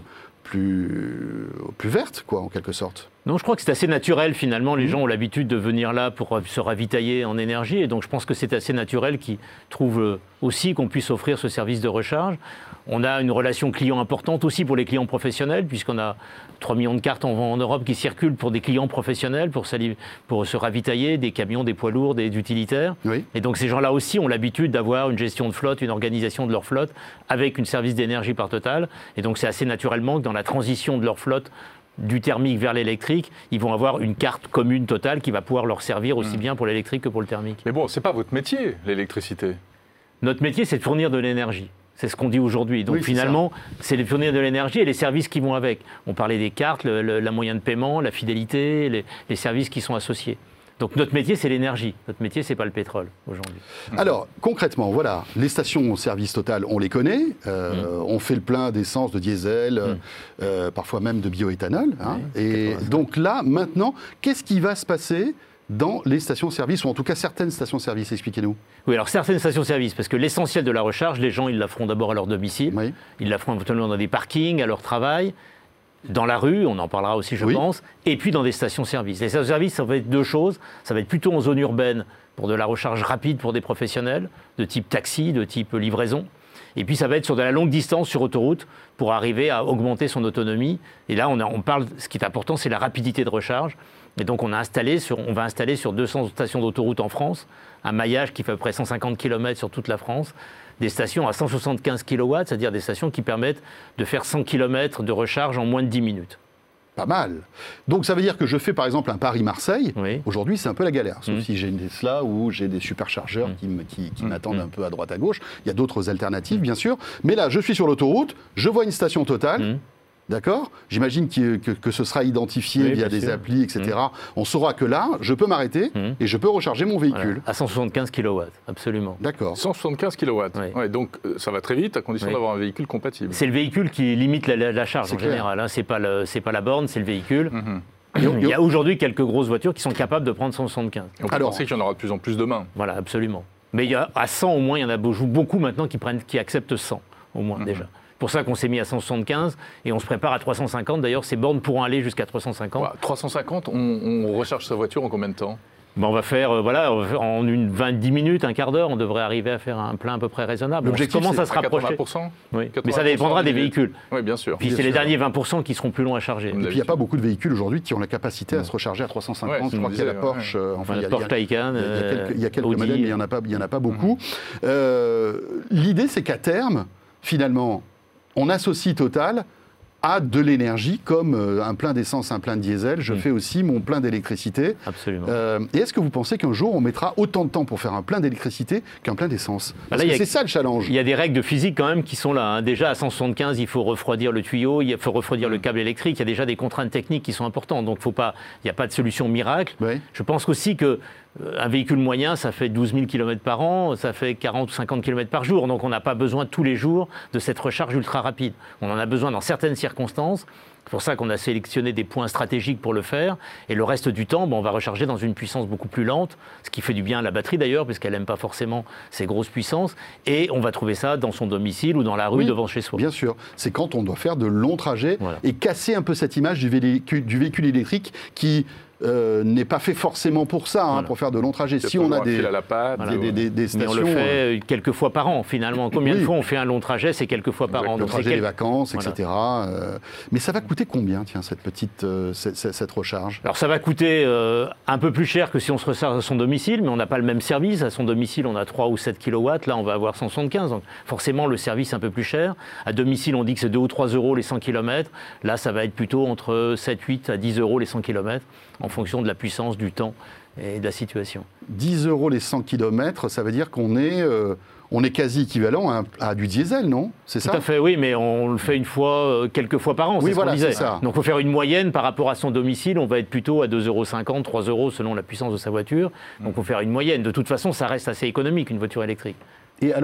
plus, plus vertes, quoi, en quelque sorte? Non, je crois que c'est assez naturel finalement. Les mmh. gens ont l'habitude de venir là pour se ravitailler en énergie. Et donc je pense que c'est assez naturel qu'ils trouvent aussi qu'on puisse offrir ce service de recharge. On a une relation client importante aussi pour les clients professionnels, puisqu'on a trois millions de cartes en, en Europe qui circulent pour des clients professionnels, pour, pour se ravitailler, des camions, des poids lourds, des utilitaires. Oui. Et donc ces gens-là aussi ont l'habitude d'avoir une gestion de flotte, une organisation de leur flotte avec une service d'énergie par Total. Et donc c'est assez naturellement que dans la transition de leur flotte, du thermique vers l'électrique, ils vont avoir une carte commune Total qui va pouvoir leur servir aussi mmh. bien pour l'électrique que pour le thermique. Mais bon, c'est pas votre métier, l'électricité. Notre métier, c'est de fournir de l'énergie. C'est ce qu'on dit aujourd'hui. Donc oui, finalement, c'est de fournir de l'énergie et les services qui vont avec. On parlait des cartes, le, le, la moyen de paiement, la fidélité, les, les services qui sont associés. Donc notre métier, c'est l'énergie. Notre métier, c'est pas le pétrole aujourd'hui. Alors concrètement, voilà, les stations-service Total, on les connaît. Euh, mmh. On fait le plein d'essence, de diesel, mmh. euh, parfois même de bioéthanol. Hein, oui, et donc là, maintenant, qu'est-ce qui va se passer dans les stations-service, ou en tout cas certaines stations-service? Expliquez-nous. Oui, alors certaines stations-service, parce que l'essentiel de la recharge, les gens, ils la feront d'abord à leur domicile, oui. ils la feront éventuellement dans des parkings, à leur travail, dans la rue, on en parlera aussi, je oui. pense, et puis dans des stations-service. Les stations-service, ça va être deux choses. Ça va être plutôt en zone urbaine, pour de la recharge rapide pour des professionnels, de type taxi, de type livraison. Et puis ça va être sur de la longue distance sur autoroute, pour arriver à augmenter son autonomie. Et là, on, a, on parle, ce qui est important, c'est la rapidité de recharge. Et donc on, a installé sur, on va installer sur deux cents stations d'autoroute en France, un maillage qui fait à peu près cent cinquante kilomètres sur toute la France, des stations à cent soixante-quinze kilowatts, c'est-à-dire des stations qui permettent de faire cent kilomètres de recharge en moins de dix minutes. Pas mal. Donc ça veut dire que je fais par exemple un Paris-Marseille. Oui. Aujourd'hui, c'est un peu la galère, sauf mmh. si j'ai une Tesla ou j'ai des superchargeurs mmh. qui, qui, qui mmh. m'attendent mmh. un peu à droite à gauche. Il y a d'autres alternatives, mmh. bien sûr. Mais là, je suis sur l'autoroute, je vois une station Total. Mmh. D'accord ? J'imagine que, que, que ce sera identifié oui, via des sûr. applis, et cetera. Mmh. On saura que là, je peux m'arrêter mmh. et je peux recharger mon véhicule. Voilà. À cent soixante-quinze kilowatts, absolument. D'accord. cent soixante-quinze kilowatts. Oui. Ouais, donc ça va très vite à condition oui. d'avoir un véhicule compatible. C'est le véhicule qui limite la, la, la charge c'est en clair. général. Hein. C'est pas le, c'est pas la borne, c'est le véhicule. Mmh. Il y a aujourd'hui quelques grosses voitures qui sont capables de prendre cent soixante-quinze. Et on peut Alors, penser qu'il y en aura de plus en plus demain. Voilà, absolument. Mais il y a, à cent au moins, il y en a beaucoup maintenant qui, prennent, qui acceptent cent au moins mmh. déjà. C'est pour ça qu'on s'est mis à cent soixante-quinze et on se prépare à trois cent cinquante. D'ailleurs, ces bornes pourront aller jusqu'à trois cent cinquante. Ouais, trois cent cinquante, on, on recharge sa voiture en combien de temps ? Ben on va faire, euh, voilà, en une vingt, dix minutes, un quart d'heure, on devrait arriver à faire un plein à peu près raisonnable. L'objectif, commence c'est à se rapprocher. quatre-vingts pour cent Oui, mais ça dépendra des véhicules. Oui, bien sûr. Puis bien c'est sûr. les derniers vingt pour cent qui seront plus longs à charger. Et puis il n'y a pas beaucoup de véhicules aujourd'hui qui ont la capacité à se recharger à trois cent cinquante. Ouais, je crois qu'il y a la Porsche. Ouais. Enfin, il y a la Porsche Taycan. Il y a quelques modèles, mais il n'y en a pas, il y en a pas beaucoup. Mmh. Euh, l'idée, c'est qu'à terme, finalement, on associe Total à de l'énergie, comme euh, un plein d'essence, un plein de diesel. Je mmh. fais aussi mon plein d'électricité. Absolument. Euh, et est-ce que vous pensez qu'un jour, on mettra autant de temps pour faire un plein d'électricité qu'un plein d'essence ? Parce bah là, que c'est ça le challenge. Il y a des règles de physique quand même qui sont là. Hein. Déjà, à cent soixante-quinze, il faut refroidir le tuyau, il faut refroidir mmh. le câble électrique. Il y a déjà des contraintes techniques qui sont importantes. Donc, faut pas, il n'y a pas de solution miracle. Oui. Je pense aussi que un véhicule moyen, ça fait douze mille kilomètres par an, ça fait quarante ou cinquante kilomètres par jour. Donc on n'a pas besoin tous les jours de cette recharge ultra rapide. On en a besoin dans certaines circonstances. C'est pour ça qu'on a sélectionné des points stratégiques pour le faire. Et le reste du temps, bon, on va recharger dans une puissance beaucoup plus lente, ce qui fait du bien à la batterie d'ailleurs, puisqu'elle n'aime pas forcément ces grosses puissances. Et on va trouver ça dans son domicile ou dans la rue oui, devant chez soi. Bien sûr. C'est quand on doit faire de longs trajets voilà. et casser un peu cette image du véhicule, du véhicule électrique qui... Euh, n'est pas fait forcément pour ça, hein, voilà. pour faire de longs trajets. Si on a des, à la patte, voilà. des, des, des stations... Mais on le fait quelques fois par an, finalement. Combien oui. de fois on fait un long trajet ? C'est quelques fois par Exactement. an. Le trajet, les vacances, voilà. et cetera. Euh, mais ça va coûter combien, tiens, cette petite euh, cette, cette recharge ? Alors ça va coûter euh, un peu plus cher que si on se recharge à son domicile, mais on n'a pas le même service. À son domicile, on a trois ou sept kilowatts. Là, on va avoir cent soixante-quinze. Donc forcément, le service est un peu plus cher. À domicile, on dit que c'est deux ou trois euros les cent kilomètres. Là, ça va être plutôt entre sept, huit à dix euros les cent kilomètres, en fonction de la puissance, du temps et de la situation. dix euros les cent kilomètres, ça veut dire qu'on est, euh, on est quasi équivalent à, à du diesel, non ? C'est ça ? Tout à fait, oui, mais on le fait une fois, euh, quelques fois par an, oui, c'est voilà, ce qu'on disait. C'est ça. Donc il faut faire une moyenne par rapport à son domicile, on va être plutôt à deux euros cinquante, trois euros selon la puissance de sa voiture. Donc il faut faire une moyenne. De toute façon, ça reste assez économique, une voiture électrique. Et alors,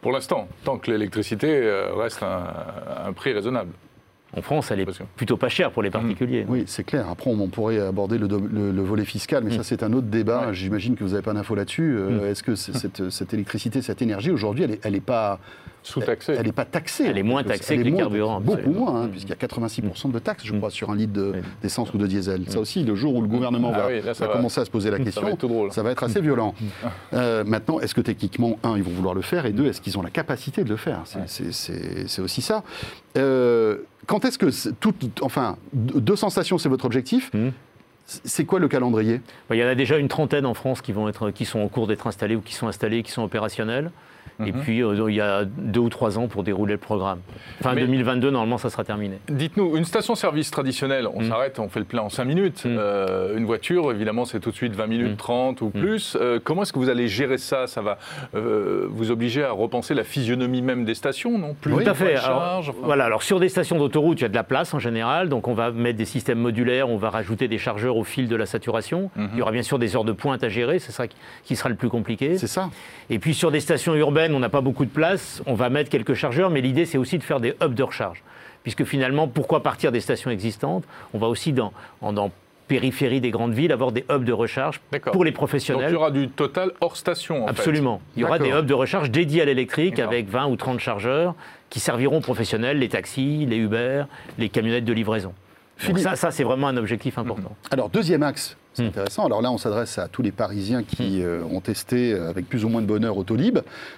Pour l'instant, tant que l'électricité reste un, un prix raisonnable. En France, elle est plutôt pas chère pour les particuliers. Oui, c'est clair. Après, on, on pourrait aborder le, le, le volet fiscal, mais mmh. ça, c'est un autre débat. Ouais. J'imagine que vous n'avez pas d'infos là-dessus. Euh, mmh. Est-ce que cette, cette électricité, cette énergie, aujourd'hui, elle n'est pas... Sous-taxée. Elle n'est pas taxée. Elle est moins taxée que les carburants. Beaucoup moins, hein, puisqu'il y a quatre-vingt-six pour cent de taxes, je crois, sur un litre de, d'essence ou de diesel. Ça aussi, le jour où le gouvernement ah va, oui, là, va, va commencer à se poser la question, ça va être, drôle. Ça va être assez violent. euh, maintenant, est-ce que techniquement, un, ils vont vouloir le faire, et deux, est-ce qu'ils ont la capacité de le faire? C'est, ouais. c'est, c'est, c'est aussi ça. Euh, quand est-ce que... Tout, enfin, deux cents stations, c'est votre objectif mmh. C'est quoi le calendrier? Il y en a déjà une trentaine en France qui, vont être, qui sont en cours d'être installées ou qui sont installées, qui sont opérationnelles. Et mmh. puis, euh, il y a deux ou trois ans pour dérouler le programme. Fin Mais deux mille vingt-deux, normalement, ça sera terminé. Dites-nous, une station-service traditionnelle, on mmh. s'arrête, on fait le plein en cinq minutes. Mmh. Euh, une voiture, évidemment, c'est tout de suite vingt minutes, mmh. trente ou mmh. plus. Euh, comment est-ce que vous allez gérer ça? Ça va euh, vous obliger à repenser la physionomie même des stations, non? Plus oui, tout à fait. Charge, alors, enfin... Voilà, alors sur des stations d'autoroute, il y a de la place en général. Donc, on va mettre des systèmes modulaires, on va rajouter des chargeurs au fil de la saturation. Mmh. Il y aura bien sûr des heures de pointe à gérer, c'est ça qui sera le plus compliqué. C'est ça. Et puis, sur des stations urbaines, on n'a pas beaucoup de place. On va mettre quelques chargeurs, mais l'idée, c'est aussi de faire des hubs de recharge. Puisque finalement, pourquoi partir des stations existantes? On va aussi, dans, en, dans périphérie des grandes villes, avoir des hubs de recharge pour les professionnels. Donc il y aura du total hors station, en Absolument. fait. Il y aura D'accord. des hubs de recharge dédiés à l'électrique avec vingt ou trente chargeurs qui serviront aux professionnels, les taxis, les Uber, les camionnettes de livraison. Donc ça, ça, c'est vraiment un objectif important. Alors, deuxième axe, c'est mmh. intéressant. Alors là, on s'adresse à tous les Parisiens qui mmh. euh, ont testé avec plus ou moins de bonheur Autolib.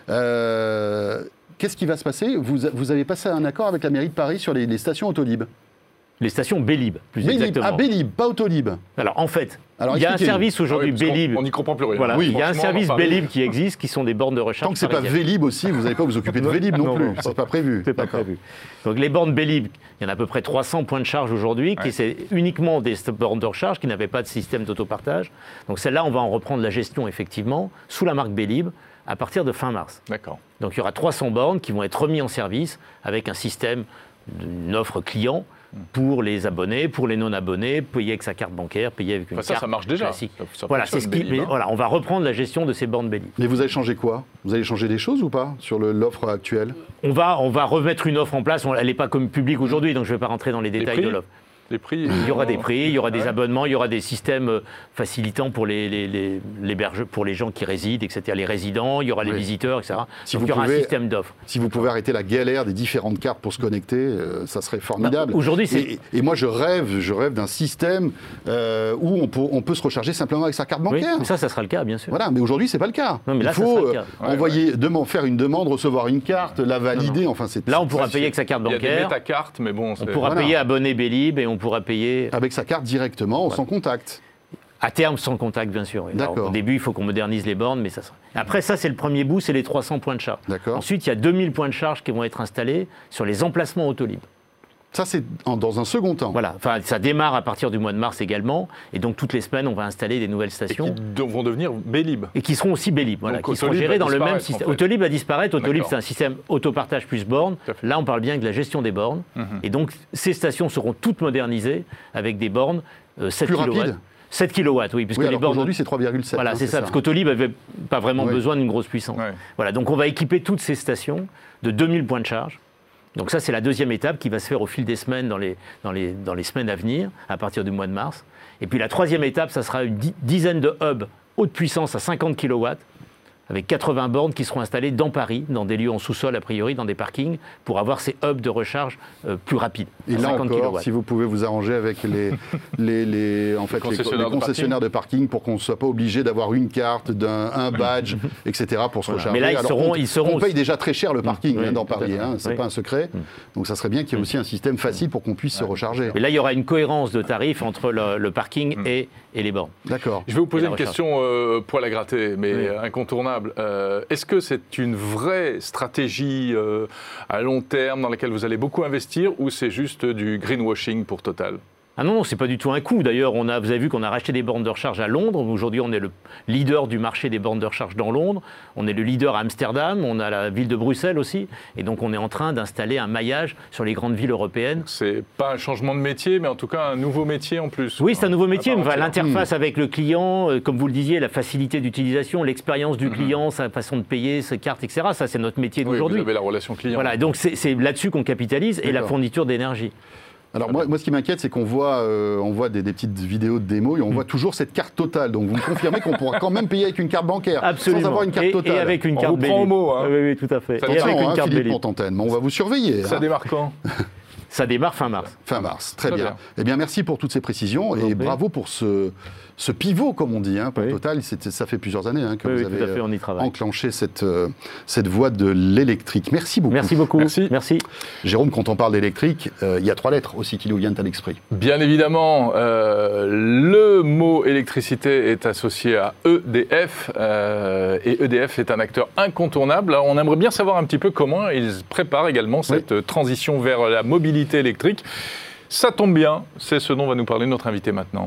Euh, qu'est-ce qui va se passer? vous, vous avez passé un accord avec la mairie de Paris sur les, les stations Autolib? Les stations Bélib, plus Bélib. exactement. Ah, Bélib, pas Autolib. Alors, en fait, Alors, il y a un service aujourd'hui ah oui, Bélib. On n'y comprend plus rien. Voilà, oui, il y a un service Bélib qui existe, qui sont des bornes de recharge. Tant que c'est pas Vélib aussi, vous n'allez pas vous occuper de Vélib non, non plus. Non, c'est pas prévu. C'est pas prévu. Donc les bornes Bélib, il y en a à peu près trois cents points de charge aujourd'hui, ouais. qui c'est uniquement des bornes de recharge qui n'avaient pas de système d'autopartage. Donc celle-là, on va en reprendre la gestion effectivement sous la marque Bélib à partir de fin mars. D'accord. Donc il y aura trois cents bornes qui vont être remises en service avec un système, une offre client pour les abonnés, pour les non-abonnés, payer avec sa carte bancaire, payer avec une enfin, ça, carte ça marche déjà. classique. Ça, ça voilà, c'est ce qui, mais, hein. voilà, on va reprendre la gestion de ces bornes Bélib. Mais vous allez changer quoi? Vous allez changer des choses ou pas sur le, l'offre actuelle? on va, on va remettre une offre en place. On, elle n'est pas comme publique aujourd'hui, donc je ne vais pas rentrer dans les détails les de l'offre. Les prix, il y aura des prix, il y aura des ouais. abonnements, il y aura des systèmes facilitants pour les, les, les, les berge, pour les gens qui résident, et cetera. Les résidents, il y aura oui. les visiteurs, et cetera. Si Donc vous il y aura pouvez, un système d'offres. Si vous pouvez arrêter la galère des différentes cartes pour se connecter, euh, ça serait formidable. Bah, aujourd'hui, c'est... Et, et moi, je rêve, je rêve d'un système euh, où on peut, on peut se recharger simplement avec sa carte bancaire. Oui, mais ça, ça sera le cas, bien sûr. Voilà, mais aujourd'hui, c'est pas le cas. Non, mais là, il faut ça sera le cas. envoyer, ouais. demander, faire une demande, recevoir une carte, la valider. Non, non. Enfin, c'est là, on pourra payer avec sa carte bancaire. Il y a des métacartes, mais bon. On pourra voilà. payer abonné Bélib et on pourra payer. Avec sa carte directement, ouais. sans contact. À terme, sans contact, bien sûr. Alors, au début, il faut qu'on modernise les bornes, mais ça sera... Après, ça, c'est le premier bout, c'est les trois cents points de charge. D'accord. Ensuite, il y a deux mille points de charge qui vont être installés sur les emplacements Autolib. Ça, c'est en, dans un second temps. Voilà, enfin, ça démarre à partir du mois de mars également, et donc toutes les semaines, on va installer des nouvelles stations. Et qui vont devenir Bélib. Et qui seront aussi Bélib, voilà, qui seront gérées dans le même système. En fait. Autolib va disparaître, Autolib c'est un système autopartage plus bornes. Là, on parle bien de la gestion des bornes, mm-hmm. et donc ces stations seront toutes modernisées avec des bornes euh, sept plus kilowatts. Rapide. sept kilowatts, oui, puisque oui, les bornes aujourd'hui c'est trois virgule sept. Voilà, hein, c'est c'est ça, ça, parce qu'Autolib n'avait pas vraiment oui. besoin d'une grosse puissance. Ouais. Voilà, donc on va équiper toutes ces stations de deux mille points de charge. Donc ça, c'est la deuxième étape qui va se faire au fil des semaines, dans les, dans les, dans les semaines à venir, à partir du mois de mars. Et puis la troisième étape, ça sera une dizaine de hubs haute puissance à cinquante kilowatts, avec quatre-vingts bornes qui seront installées dans Paris, dans des lieux en sous-sol a priori, dans des parkings, pour avoir ces hubs de recharge euh, plus rapides. Et là encore, kilowatts. Si vous pouvez vous arranger avec les, les, les, en fait, les concessionnaires, les, les concessionnaires de, parking. de parking pour qu'on ne soit pas obligé d'avoir une carte, d'un, un badge, et cetera pour se voilà. recharger. Mais là, ils Alors, seront, on, ils seront on paye déjà très cher le parking oui, hein, dans Paris, hein, c'est oui. pas un secret. Donc ça serait bien qu'il y ait aussi un système facile pour qu'on puisse ouais. se recharger. Mais là, il y aura une cohérence de tarifs entre le, le parking mm. et, et les bornes. D'accord. Je vais vous poser une recharge. question euh, poil à gratter, mais oui. incontournable. Euh, Est-ce que c'est une vraie stratégie euh, à long terme dans laquelle vous allez beaucoup investir ou c'est juste du greenwashing pour Total ? Ah non, c'est pas du tout un coût. D'ailleurs, on a, vous avez vu qu'on a racheté des bornes de recharge à Londres. Aujourd'hui, on est le leader du marché des bornes de recharge dans Londres. On est le leader à Amsterdam. On a la ville de Bruxelles aussi. Et donc, on est en train d'installer un maillage sur les grandes villes européennes. C'est pas un changement de métier, mais en tout cas un nouveau métier en plus. Oui, c'est un nouveau métier. Enfin, l'interface mmh. avec le client, euh, comme vous le disiez, la facilité d'utilisation, l'expérience du mmh. client, sa façon de payer, ses cartes, et cetera. Ça, c'est notre métier d'aujourd'hui. Oui, vous avez la relation client. Voilà, donc c'est, c'est là-dessus qu'on capitalise et la fourniture d'énergie. Alors moi, moi, ce qui m'inquiète, c'est qu'on voit, euh, on voit des, des petites vidéos de démo et on mmh. voit toujours cette carte totale. Donc vous me confirmez qu'on pourra quand même payer avec une carte bancaire, absolument, sans avoir une carte et, totale. Et avec une on carte vous prend au mot. Hein. Oui, oui, tout à fait. Ça et avec une hein, carte Philippe Montantenne, on va vous surveiller. Ça hein. démarre quand? Ça démarre fin mars. Fin mars, très, très bien. bien. Eh bien, merci pour toutes ces précisions vous et bravo pour ce, ce pivot, comme on dit, hein, pour oui. Total. Ça fait plusieurs années hein, que oui, vous oui, avez tout à fait, on y travaille. enclenché cette, euh, cette voie de l'électrique. Merci beaucoup. Merci beaucoup. Merci. Merci. Jérôme, quand on parle d'électrique, euh, il y a trois lettres aussi qui nous viennent à l'esprit. Bien évidemment, euh, le mot électricité est associé à E D F euh, et E D F est un acteur incontournable. Alors, on aimerait bien savoir un petit peu comment ils préparent également cette oui. transition vers la mobilité électrique. Ça tombe bien, c'est ce dont va nous parler notre invité maintenant.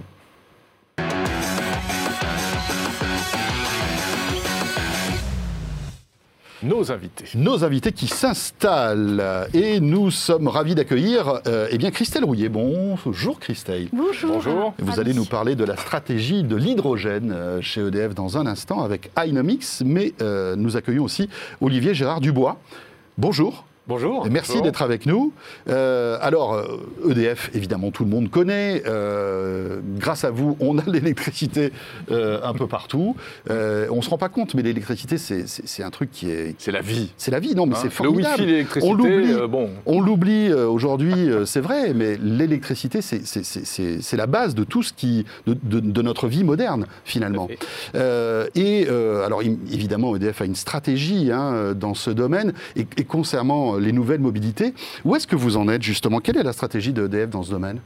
Nos invités. Nos invités qui s'installent. Et nous sommes ravis d'accueillir euh, eh bien Christelle Rouillet. Bonjour Christelle. Bonjour. Bonjour. Vous allez nous parler de la stratégie de l'hydrogène euh, chez E D F dans un instant avec Inomics. Mais euh, nous accueillons aussi Olivier Gérard Dubois. Bonjour. Bonjour. Et merci Bonjour. d'être avec nous. Euh, alors, E D F, évidemment, tout le monde connaît. Euh, grâce à vous, on a l'électricité euh, un peu partout. Euh, on ne se rend pas compte, mais l'électricité, c'est, c'est, c'est un truc qui est... C'est la vie. C'est la vie, non, mais hein, c'est formidable. Le wifi, l'électricité, on l'oublie, euh, bon. on l'oublie euh, aujourd'hui, euh, c'est vrai, mais l'électricité, c'est, c'est, c'est, c'est, c'est la base de tout ce qui... de, de, de notre vie moderne, finalement. Euh, et euh, alors, évidemment, E D F a une stratégie hein, dans ce domaine. Et, et concernant les nouvelles mobilités. Où est-ce que vous en êtes justement? Quelle est la stratégie de E D F dans ce domaine?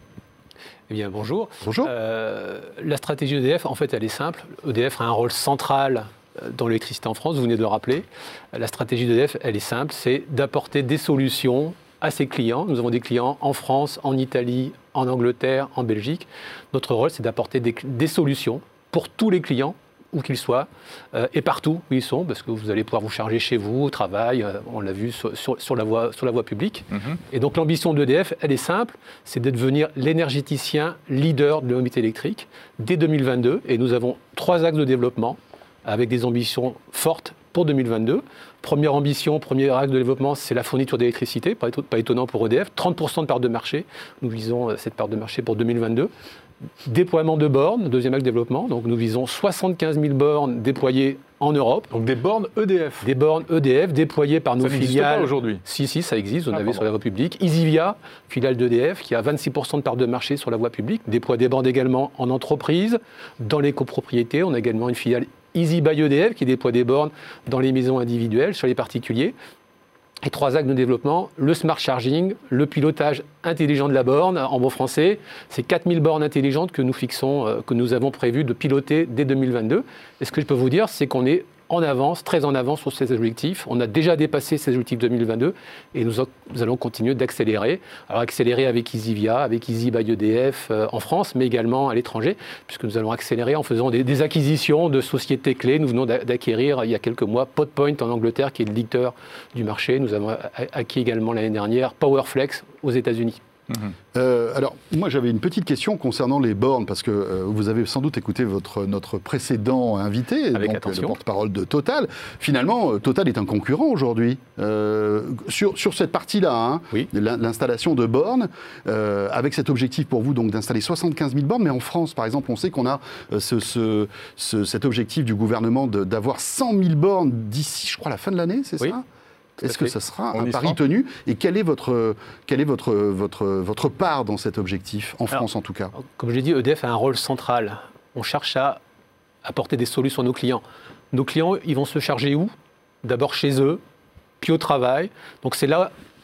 Eh bien, bonjour. Bonjour. Euh, la stratégie d'E D F, en fait, elle est simple. E D F a un rôle central dans l'électricité en France, vous venez de le rappeler. La stratégie d'E D F, elle est simple, c'est d'apporter des solutions à ses clients. Nous avons des clients en France, en Italie, en Angleterre, en Belgique. Notre rôle, c'est d'apporter des, des solutions pour tous les clients, où qu'ils soient, euh, et partout où ils sont, parce que vous allez pouvoir vous charger chez vous, au travail, euh, on l'a vu sur, sur, sur, la voie, sur la voie publique. Mm-hmm. Et donc l'ambition d'E D F, elle est simple, c'est de devenir l'énergéticien leader de la mobilité électrique dès deux mille vingt-deux. Et nous avons trois axes de développement avec des ambitions fortes pour deux mille vingt-deux. Première ambition, premier axe de développement, c'est la fourniture d'électricité, pas, pas étonnant pour E D F, trente pour cent de part de marché. Nous visons cette part de marché pour deux mille vingt-deux. Déploiement de bornes, deuxième axe de développement. Donc nous visons soixante-quinze mille bornes déployées en Europe. Donc des bornes E D F. Des bornes E D F déployées par nos ça filiales. Ça n'existe pas aujourd'hui. Si, si, ça existe. Vous en ah, avez pardon. sur la voie publique. Easivia, filiale d'E D F, qui a vingt-six pour cent de part de marché sur la voie publique, déploie des bornes également en entreprise, dans les copropriétés. On a également une filiale Easy by E D F qui déploie des bornes dans les maisons individuelles, sur les particuliers. Et trois axes de développement, le smart charging, le pilotage intelligent de la borne, en bon français. C'est quatre mille bornes intelligentes que nous fixons, euh, que nous avons prévu de piloter dès deux mille vingt-deux. Et ce que je peux vous dire, c'est qu'on est en avance, très en avance sur ces objectifs. On a déjà dépassé ces objectifs deux mille vingt-deux et nous, nous allons continuer d'accélérer. Alors accélérer avec Easivia, avec Easy by E D F euh, en France, mais également à l'étranger, puisque nous allons accélérer en faisant des, des acquisitions de sociétés clés. Nous venons d'acquérir il y a quelques mois Podpoint en Angleterre, qui est le leader du marché. Nous avons acquis également l'année dernière Powerflex aux États-Unis. Mmh. Euh, alors, moi j'avais une petite question concernant les bornes, parce que euh, vous avez sans doute écouté votre, notre précédent invité, Avec donc, attention. le porte-parole de Total. Finalement, Total est un concurrent aujourd'hui. Euh, sur, sur cette partie-là, hein, oui. l'installation de bornes, euh, avec cet objectif pour vous donc d'installer soixante-quinze mille bornes, mais en France, par exemple, on sait qu'on a euh, ce, ce, ce, cet objectif du gouvernement de, d'avoir cent mille bornes d'ici, je crois, la fin de l'année, c'est oui. ça ? Est-ce que ça sera On un pari sera. tenu? Et quelle est votre, quelle est votre, votre, votre part dans cet objectif, en France Alors, en tout cas? Comme je l'ai dit, E D F a un rôle central. On cherche à apporter des solutions à nos clients. Nos clients, ils vont se charger où? D'abord chez eux, puis au travail. Donc c'est là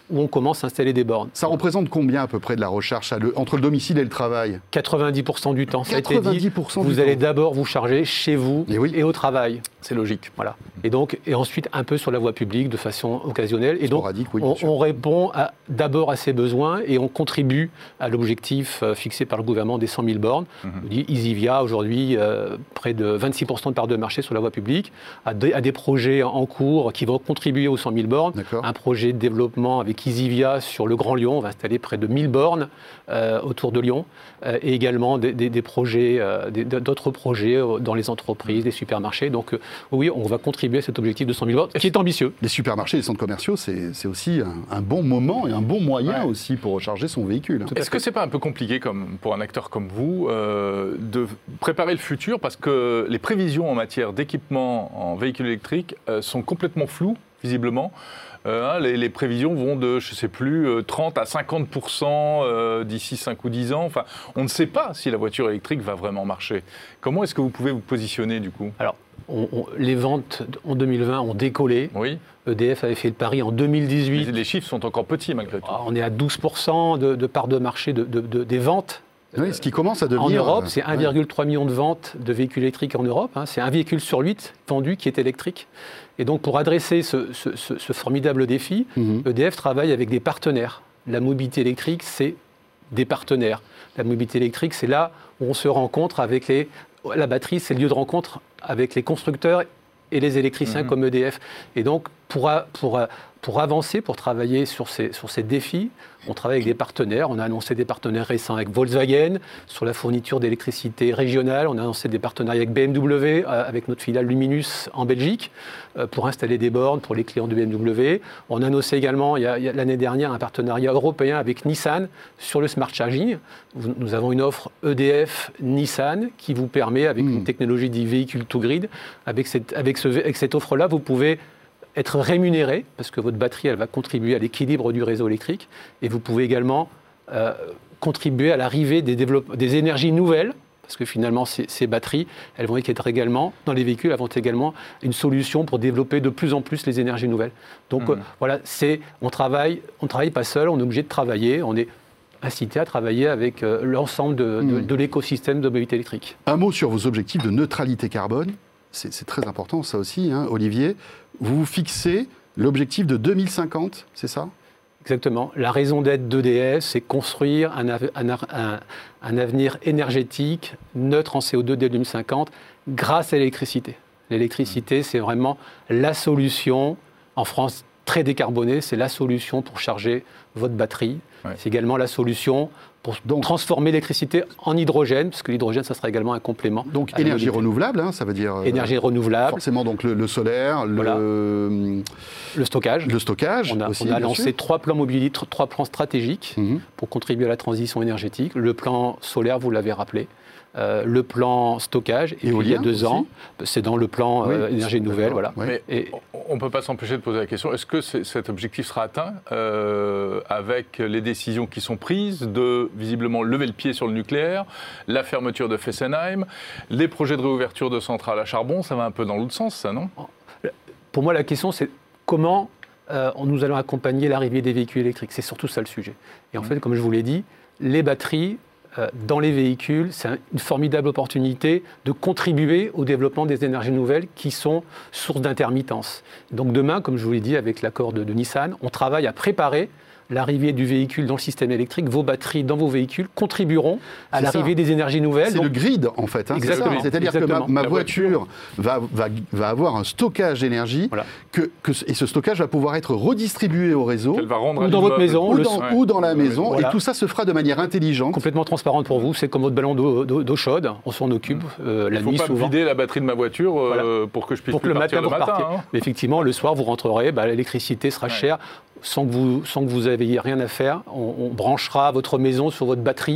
où on commence à installer des bornes. Ça représente combien à peu près de la recharge ça, le, entre le domicile et le travail? quatre-vingt-dix pour cent du temps, ça a été dit. quatre-vingt-dix pour cent Vous du allez temps. d'abord vous charger chez vous Et, oui. et au travail. C'est logique. Voilà. Et, donc, et ensuite, un peu sur la voie publique de façon occasionnelle. Et donc, Sporadique, oui, bien on, sûr. on répond à- d'abord à ces besoins et on contribue à l'objectif euh, fixé par le gouvernement des cent mille bornes. Mhm. On dit Easyvia, aujourd'hui, euh, près de vingt-six pour cent de part de marché sur la voie publique, à des, à des projets en cours qui vont contribuer aux cent mille bornes. D'accord. Un projet de développement avec Easyvia sur le Grand Lyon. On va installer près de mille bornes euh, autour de Lyon. Euh, et également des, des- des projets, euh, des- d'autres projets euh, dans les entreprises, les supermarchés. Donc euh, oui, on va contribuer à cet objectif de cent mille bornes, qui est ambitieux. Les supermarchés, les centres commerciaux, c'est c'est aussi un, un bon moment et un bon moyen Ouais. aussi pour recharger son véhicule. hein. Est-ce que c'est pas un peu compliqué comme, pour un acteur comme vous euh, de préparer le futur parce que les prévisions en matière d'équipement en véhicules électriques euh, sont complètement floues, visiblement. Euh, hein, les, les prévisions vont de, je ne sais plus, euh, trente à cinquante pour cent euh, d'ici cinq ou dix ans. Enfin, on ne sait pas si la voiture électrique va vraiment marcher. Comment est-ce que vous pouvez vous positionner du coup? Alors, on- on- les ventes en deux mille vingt ont décollé. Oui, E D F avait fait le pari en deux mille les, dix-huit. les chiffres sont encore petits malgré tout. Ah, On est à douze pour cent de, de part de marché de, de- de- des ventes. Oui, ce qui commence à En devenir... Europe, euh, c'est un ouais. virgule trois million de ventes de véhicules électriques en Europe. hein. C'est un véhicule sur huit vendu qui est électrique. Et donc, pour adresser ce, ce- ce- ce formidable défi, Mhm. E D F travaille avec des partenaires. La mobilité électrique, c'est des partenaires. La mobilité électrique, c'est là où on se rencontre avec les... La batterie, c'est le lieu de rencontre avec les constructeurs et les électriciens Mhm. comme E D F. Et donc, pour, a- pour, a- pour avancer, pour travailler sur ces, sur ces défis, on travaille avec des partenaires. On a annoncé des partenaires récents avec Volkswagen sur la fourniture d'électricité régionale. On a annoncé des partenariats avec B M W, euh, avec notre filiale Luminus en Belgique, euh, pour installer des bornes pour les clients de B M W. On a annoncé également, il y a- il y a l'année dernière, un partenariat européen avec Nissan sur le smart charging. Vous- Nous avons une offre E D F-Nissan qui vous permet, avec Mm. une technologie du véhicule to grid, avec cette, avec ce- avec cette offre-là, vous pouvez être rémunéré, parce que votre batterie, elle va contribuer à l'équilibre du réseau électrique, et vous pouvez également euh, contribuer à l'arrivée des, développe- des énergies nouvelles, parce que finalement, ces, ces batteries, elles vont être également, dans les véhicules, elles vont être également une solution pour développer de plus en plus les énergies nouvelles. Donc Mhm. euh, voilà, c'est, on travaille, on ne travaille pas seul, on est obligé de travailler, on est incité à travailler avec euh, l'ensemble de, de- Mhm. de l'écosystème de mobilité électrique. Un mot sur vos objectifs de neutralité carbone. C'est c'est très important, ça aussi, hein, Olivier. Vous vous fixez l'objectif de deux mille cinquante, c'est ça? Exactement. La raison d'être d'E D F, c'est construire un, av- un ar- un- un avenir énergétique neutre en C O deux dès deux mille cinquante grâce à l'électricité. L'électricité, c'est vraiment la solution, en France très décarbonée, c'est la solution pour charger votre batterie. Ouais. C'est également la solution pour Donc- transformer l'électricité en hydrogène, parce que l'hydrogène, ça sera également un complément. Donc à la énergie mobilité. renouvelable, hein, ça veut dire... euh, Énergie renouvelable, Forcément, donc le, le solaire, le, Voilà. euh, le stockage. le stockage On a, aussi, on a bien lancé sûr. trois plans mobilité, tr- trois plans stratégiques Mhm. pour contribuer à la transition énergétique. Le plan solaire, vous l'avez rappelé. Euh, le plan stockage, et puis il y a Éolien deux aussi. ans, c'est dans le plan Oui, euh, énergie nouvelle. Voilà. Ouais. Mais Et- on ne peut pas s'empêcher de poser la question, est-ce que c'est- cet objectif sera atteint euh, avec les décisions qui sont prises de visiblement lever le pied sur le nucléaire, la fermeture de Fessenheim, les projets de réouverture de centrales à charbon, ça va un peu dans l'autre sens, ça, non? Pour moi, la question, c'est comment euh, nous allons accompagner l'arrivée des véhicules électriques. C'est surtout ça le sujet. Et en fait, comme je vous l'ai dit, les batteries euh, dans les véhicules, c'est un- une formidable opportunité de contribuer au développement des énergies nouvelles qui sont source d'intermittence. Donc demain, comme je vous l'ai dit avec l'accord de, de Nissan, on travaille à préparer l'arrivée du véhicule dans le système électrique. Vos batteries dans vos véhicules contribueront à C'est l'arrivée ça. des énergies nouvelles. C'est Donc, le grid, en fait. hein, c'est ça, Exactement. hein. C'est-à-dire que ma, Exactement. ma La voiture, va, va, va avoir un stockage d'énergie, Voilà. que, que, et ce stockage va pouvoir être redistribué au réseau, Qu'elle va rendre à Ou dans votre l'immeuble. maison, ou le- dans, ouais. ou dans la Dans la maison, Voilà. et tout ça se fera de manière intelligente. complètement transparente pour vous, c'est comme votre ballon d'eau, d'eau- d'eau chaude, on s'en occupe euh, la Il ne faut nuit pas souvent. vider la batterie de ma voiture euh, pour que je puisse Pour que plus le partir matin, vous le matin. repartiez. hein. Mais effectivement, le soir, vous rentrerez, bah, l'électricité sera Ouais. chère, sans que vous sans que vous ayez rien à faire. On, on branchera votre maison sur votre batterie. Ouais.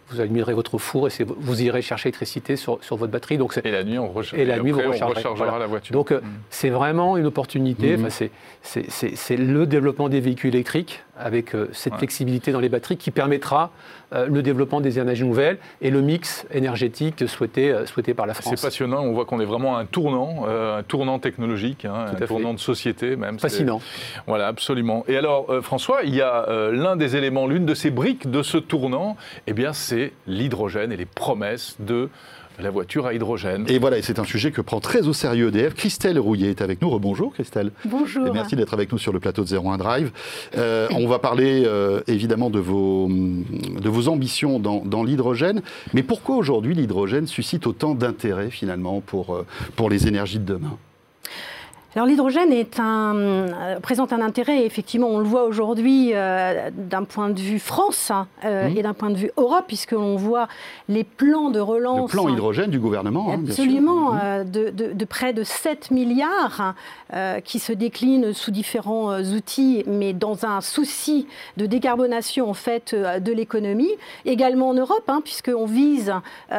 vous allumerez votre four et vous irez chercher l'électricité sur, sur votre batterie. Donc et la nuit, on, recharge, et la nuit, après, vous on rechargerez, rechargera voilà. la voiture. Donc mmh. c'est vraiment une opportunité. Mmh. Enfin, c'est, c'est, c'est, c'est le développement des véhicules électriques avec euh, cette ouais. flexibilité dans les batteries qui permettra euh, le développement des énergies nouvelles et le mix énergétique souhaité, euh, souhaité par la France. C'est passionnant. On voit qu'on est vraiment à un tournant, euh, un tournant technologique, hein, un tournant de société même. Fascinant. C'est... Voilà, absolument. Et alors, euh, François, il y a euh, l'un des éléments, l'une de ces briques de ce tournant, eh bien, c'est l'hydrogène et les promesses de la voiture à hydrogène. Et voilà, et c'est un sujet que prend très au sérieux E D F. Christelle Rouillet est avec nous. Rebonjour Christelle. Bonjour. Et merci d'être avec nous sur le plateau de zéro un Drive. Euh, on va parler euh, évidemment de vos, de vos ambitions dans, dans l'hydrogène. Mais pourquoi aujourd'hui l'hydrogène suscite autant d'intérêt finalement pour, euh, pour les énergies de demain ? Alors l'hydrogène est un, euh, présente un intérêt, effectivement, on le voit aujourd'hui euh, d'un point de vue France euh, mmh. et d'un point de vue Europe, puisqu'on voit les plans de relance... Le plan hydrogène du gouvernement, hein, absolument, bien sûr. Euh, de, de, de près de sept milliards euh, qui se déclinent sous différents euh, outils, mais dans un souci de décarbonation en fait, euh, de l'économie. Également en Europe, hein, puisqu'on vise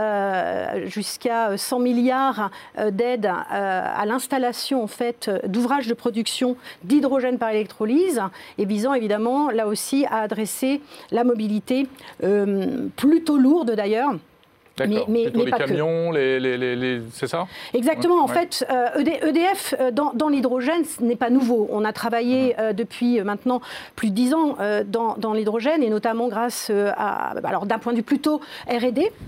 euh, jusqu'à cent milliards euh, d'aides euh, à l'installation en fait, d'ouvrages de production d'hydrogène par électrolyse et visant évidemment là aussi à adresser la mobilité euh, plutôt lourde d'ailleurs. D'accord. Mais, mais, mais les camions, les, les, les, les... c'est ça ? Exactement. Ouais. En ouais. fait, euh, E D F, euh, dans, dans l'hydrogène, ce n'est pas nouveau. On a travaillé euh, depuis maintenant plus de dix ans euh, dans, dans l'hydrogène, et notamment grâce euh, à, alors d'un point de vue plutôt R et D,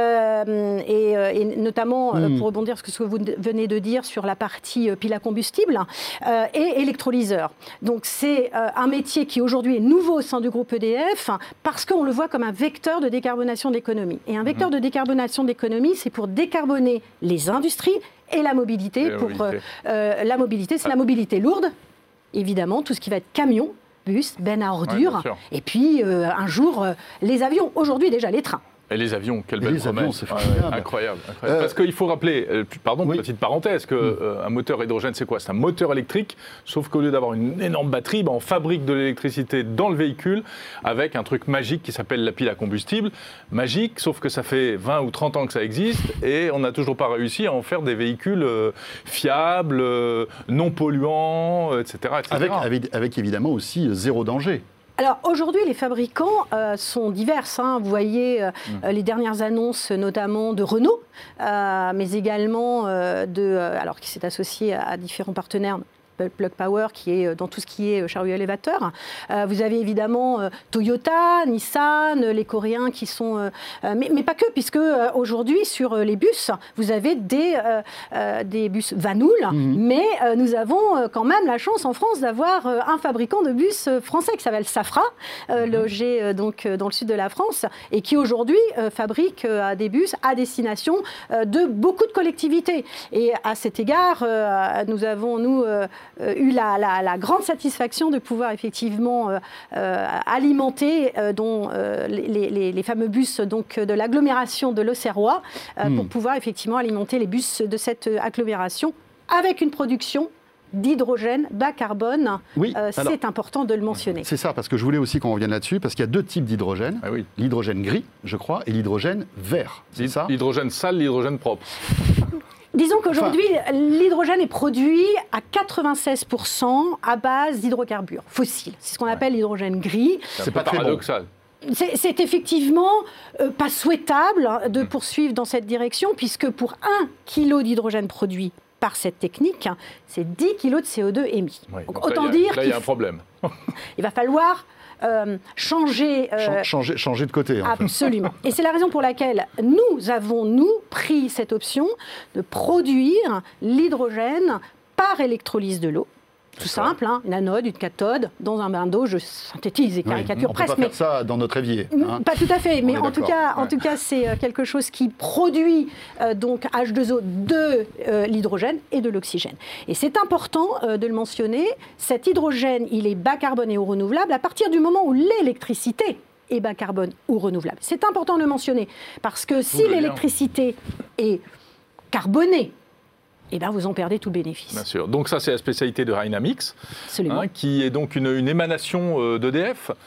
euh, et, euh, et notamment, mmh. euh, pour rebondir sur ce que vous venez de dire sur la partie euh, pile à combustible, euh, et électrolyseur. Donc c'est euh, un métier qui aujourd'hui est nouveau au sein du groupe E D F, parce qu'on le voit comme un vecteur de décarbonation de l'économie. Et un vecteur mmh. de décarbonation Décarbonation d'économie, c'est pour décarboner les industries et la mobilité. Et la pour mobilité, euh, la mobilité, c'est ah. la mobilité lourde, évidemment, tout ce qui va être camion, bus, benne à ordures, ouais, et puis euh, un jour, euh, les avions, aujourd'hui déjà les trains. Et les avions, quelle belle les promesse. Avions, c'est ouais, incroyable. incroyable. Euh, Parce qu'il faut rappeler, euh, pardon, oui. petite parenthèse, qu'un euh, moteur hydrogène, c'est quoi ? C'est un moteur électrique, sauf qu'au lieu d'avoir une énorme batterie, ben, on fabrique de l'électricité dans le véhicule avec un truc magique qui s'appelle la pile à combustible. Magique, sauf que ça fait vingt ou trente ans que ça existe et on n'a toujours pas réussi à en faire des véhicules euh, fiables, euh, non polluants, et cetera et cetera. Avec, avec, avec évidemment aussi zéro danger. Alors aujourd'hui, les fabricants euh, sont divers. Hein. Vous voyez euh, mmh. les dernières annonces, notamment de Renault, euh, mais également euh, de, euh, alors qui s'est associé à, à différents partenaires. Plug Power, qui est dans tout ce qui est chariot élévateur. Euh, vous avez évidemment euh, Toyota, Nissan, les Coréens qui sont... Euh, mais, mais pas que, puisque euh, aujourd'hui, sur euh, les bus, vous avez des, euh, euh, des bus Vanoul, mmh. mais euh, nous avons euh, quand même la chance en France d'avoir euh, un fabricant de bus euh, français qui s'appelle Safra, euh, mmh. logé euh, donc, euh, dans le sud de la France, et qui aujourd'hui euh, fabrique euh, des bus à destination euh, de beaucoup de collectivités. Et à cet égard, euh, nous avons, nous... Euh, Euh, eu la, la, la grande satisfaction de pouvoir effectivement euh, euh, alimenter euh, dont, euh, les, les, les fameux bus donc, de l'agglomération de l'Auxerrois euh, mmh. pour pouvoir effectivement alimenter les bus de cette agglomération avec une production d'hydrogène bas carbone. Oui, euh, c'est alors, important de le mentionner. C'est ça, parce que je voulais aussi qu'on revienne là-dessus, parce qu'il y a deux types d'hydrogène. Ah oui. L'hydrogène gris, je crois, et l'hydrogène vert. C'est ça ? L'hydrogène sale, l'hydrogène propre. Disons qu'aujourd'hui, enfin, l'hydrogène est produit à quatre-vingt-seize pour cent à base d'hydrocarbures fossiles. C'est ce qu'on ouais. appelle l'hydrogène gris. C'est, c'est pas paradoxal. Bon. C'est, c'est effectivement euh, pas souhaitable de poursuivre dans cette direction, puisque pour un kilo d'hydrogène produit par cette technique, c'est dix kilos de C O deux émis. Ouais, donc, donc autant là, dire là, il y a un problème. Il va falloir euh, changer, euh, changer, changer de côté. En absolument. Fait. Et c'est la raison pour laquelle nous avons, nous, pris cette option de produire l'hydrogène par électrolyse de l'eau. Tout simple, hein, une anode, une cathode, dans un bain d'eau, je synthétise et caricature oui, presque. On peut pas faire ça dans notre évier. Hein. Pas tout à fait, mais en tout, cas, ouais. en tout cas, c'est quelque chose qui produit euh, donc H deux O de euh, l'hydrogène et de l'oxygène. Et c'est important euh, de le mentionner, cet hydrogène, il est bas carbone et ou renouvelable à partir du moment où l'électricité est bas carbone ou renouvelable. C'est important de le mentionner, parce que si l'électricité est carbonée, eh ben, vous en perdez tout le bénéfice. Bien sûr. Donc ça, c'est la spécialité de Rynamix, Absolument. Hein, qui est donc une, une émanation euh, d'E D F.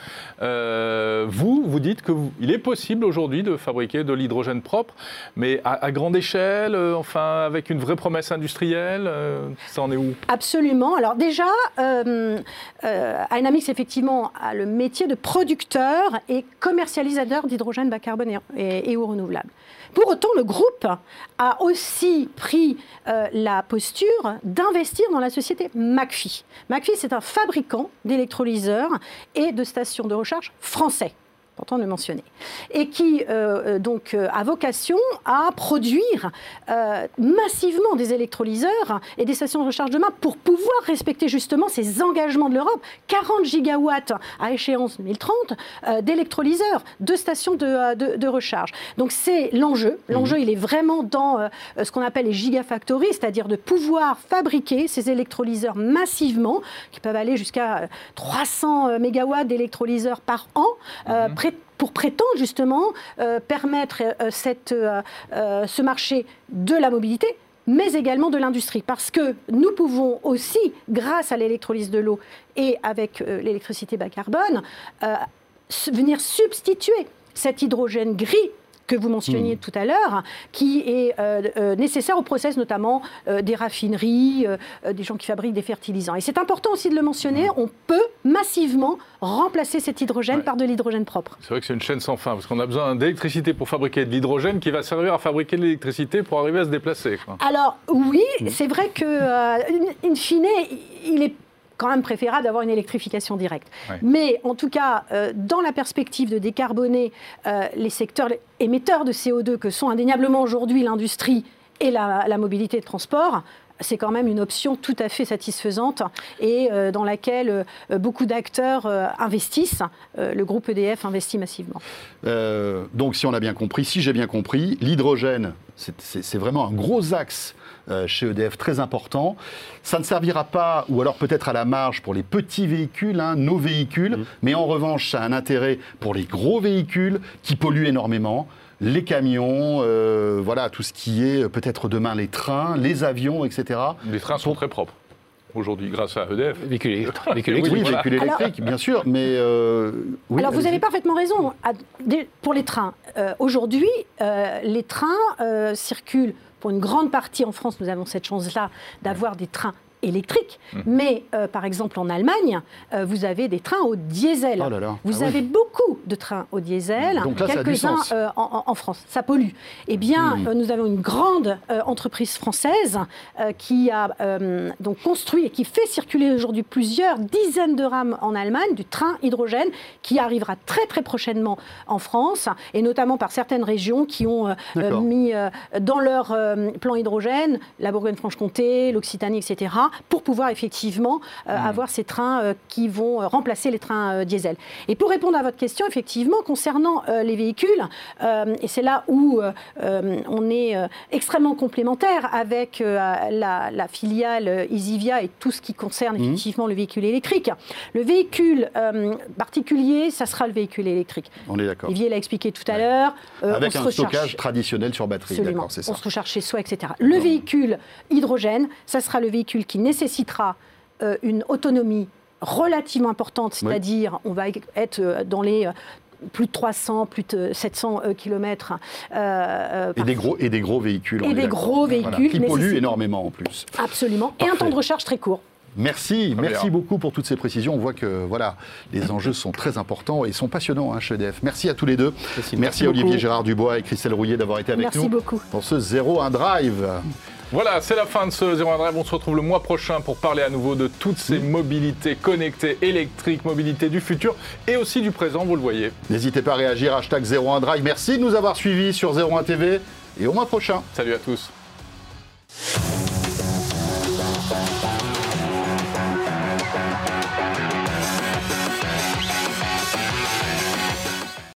Euh, vous, vous dites qu'il est possible aujourd'hui de fabriquer de l'hydrogène propre, mais à, à grande échelle, euh, enfin, avec une vraie promesse industrielle, euh, ça en est où? Absolument. Alors déjà, euh, euh, Rynamix, effectivement, a le métier de producteur et commercialisateur d'hydrogène bas carbone et, et, et eau renouvelable. Pour autant, le groupe a aussi pris euh, la posture d'investir dans la société McPhy. McPhy, c'est un fabricant d'électrolyseurs et de stations de recharge français. Important de le mentionner, et qui euh, donc euh, a vocation à produire euh, massivement des électrolyseurs et des stations de recharge demain pour pouvoir respecter justement ces engagements de l'Europe, quarante gigawatts à échéance deux mille trente euh, d'électrolyseurs, de stations de, de, de recharge. Donc c'est l'enjeu. L'enjeu, mmh. il est vraiment dans euh, ce qu'on appelle les gigafactories, c'est-à-dire de pouvoir fabriquer ces électrolyseurs massivement, qui peuvent aller jusqu'à trois cents mégawatts d'électrolyseurs par an, euh, mmh. pour prétendre justement euh, permettre euh, cette, euh, euh, ce marché de la mobilité, mais également de l'industrie. Parce que nous pouvons aussi, grâce à l'électrolyse de l'eau et avec euh, l'électricité bas carbone, euh, venir substituer cet hydrogène gris que vous mentionniez mmh. tout à l'heure, qui est euh, euh, nécessaire au process notamment euh, des raffineries, euh, des gens qui fabriquent des fertilisants. Et c'est important aussi de le mentionner, mmh. on peut massivement remplacer cet hydrogène ouais. par de l'hydrogène propre. C'est vrai que c'est une chaîne sans fin, parce qu'on a besoin d'électricité pour fabriquer de l'hydrogène qui va servir à fabriquer de l'électricité pour arriver à se déplacer, quoi. Alors oui, mmh. c'est vrai que, euh, in fine, il est quand même préférable d'avoir une électrification directe. Ouais. Mais en tout cas, euh, dans la perspective de décarboner euh, les secteurs émetteurs de C O deux que sont indéniablement aujourd'hui l'industrie et la, la mobilité de transport, c'est quand même une option tout à fait satisfaisante et euh, dans laquelle euh, beaucoup d'acteurs euh, investissent. Euh, le groupe E D F investit massivement. Euh, donc si on a bien compris, si j'ai bien compris, l'hydrogène, c'est, c'est, c'est vraiment un gros axe Euh, chez E D F très important. Ça ne servira pas, ou alors peut-être à la marge pour les petits véhicules, hein, nos véhicules, mmh. mais en revanche, ça a un intérêt pour les gros véhicules qui polluent énormément, les camions, euh, voilà, tout ce qui est peut-être demain les trains, les avions, et cetera. Les trains sont très propres aujourd'hui, grâce à E D F. Véhicules électriques. Véhicules électriques, oui, voilà. véhicules électriques, alors, bien sûr, mais... Euh, oui, alors, vous avez parfaitement raison. Pour les trains, euh, aujourd'hui, euh, les trains euh, circulent. Pour une grande partie en France, nous avons cette chance-là d'avoir des trains électriques. Mmh. Mais, euh, par exemple, en Allemagne, euh, vous avez des trains au diesel. Oh là là. Vous ah avez oui. beaucoup de trains au diesel, quelques-uns euh, en, en France. Ça pollue. Eh bien, mmh. euh, nous avons une grande euh, entreprise française euh, qui a euh, donc construit et qui fait circuler aujourd'hui plusieurs dizaines de rames en Allemagne, du train hydrogène, qui arrivera très très prochainement en France, et notamment par certaines régions qui ont euh, mis euh, dans leur euh, plan hydrogène, la Bourgogne-Franche-Comté, l'Occitanie, et cetera, pour pouvoir effectivement euh, mmh. avoir ces trains euh, qui vont euh, remplacer les trains euh, diesel. Et pour répondre à votre question, effectivement, concernant euh, les véhicules, euh, et c'est là où euh, on est euh, extrêmement complémentaire avec euh, la, la filiale euh, Isivia et tout ce qui concerne mmh. effectivement le véhicule électrique. Le véhicule euh, particulier, ça sera le véhicule électrique. On est d'accord. Olivier l'a expliqué tout à ouais. l'heure. Euh, avec un stockage traditionnel sur batterie. Absolument. C'est ça. On se recharge chez soi, et cetera. Le non. véhicule hydrogène, ça sera le véhicule qui nécessitera euh, une autonomie relativement importante, c'est-à-dire oui. on va être dans les euh, plus de trois cents, plus de sept cents euh, kilomètres. Euh, et, des gros, et des gros véhicules. Et des gros véhicules. Voilà, qui polluent énormément en plus. Absolument. Parfait. Et un temps de recharge très court. Merci, très merci bien. beaucoup pour toutes ces précisions. On voit que voilà, les enjeux sont très importants et sont passionnants hein, chez E D F. Merci à tous les deux. Merci, merci à Olivier Gérard Dubois et Christelle Rouillet d'avoir été avec merci nous beaucoup. pour ce zéro un Drive. Voilà, c'est la fin de ce zéro un Drive. On se retrouve le mois prochain pour parler à nouveau de toutes ces mmh. mobilités connectées, électriques, mobilités du futur et aussi du présent, vous le voyez. N'hésitez pas à réagir, hashtag zéro un Drive. Merci de nous avoir suivis sur zéro un T V et au mois prochain. Salut à tous.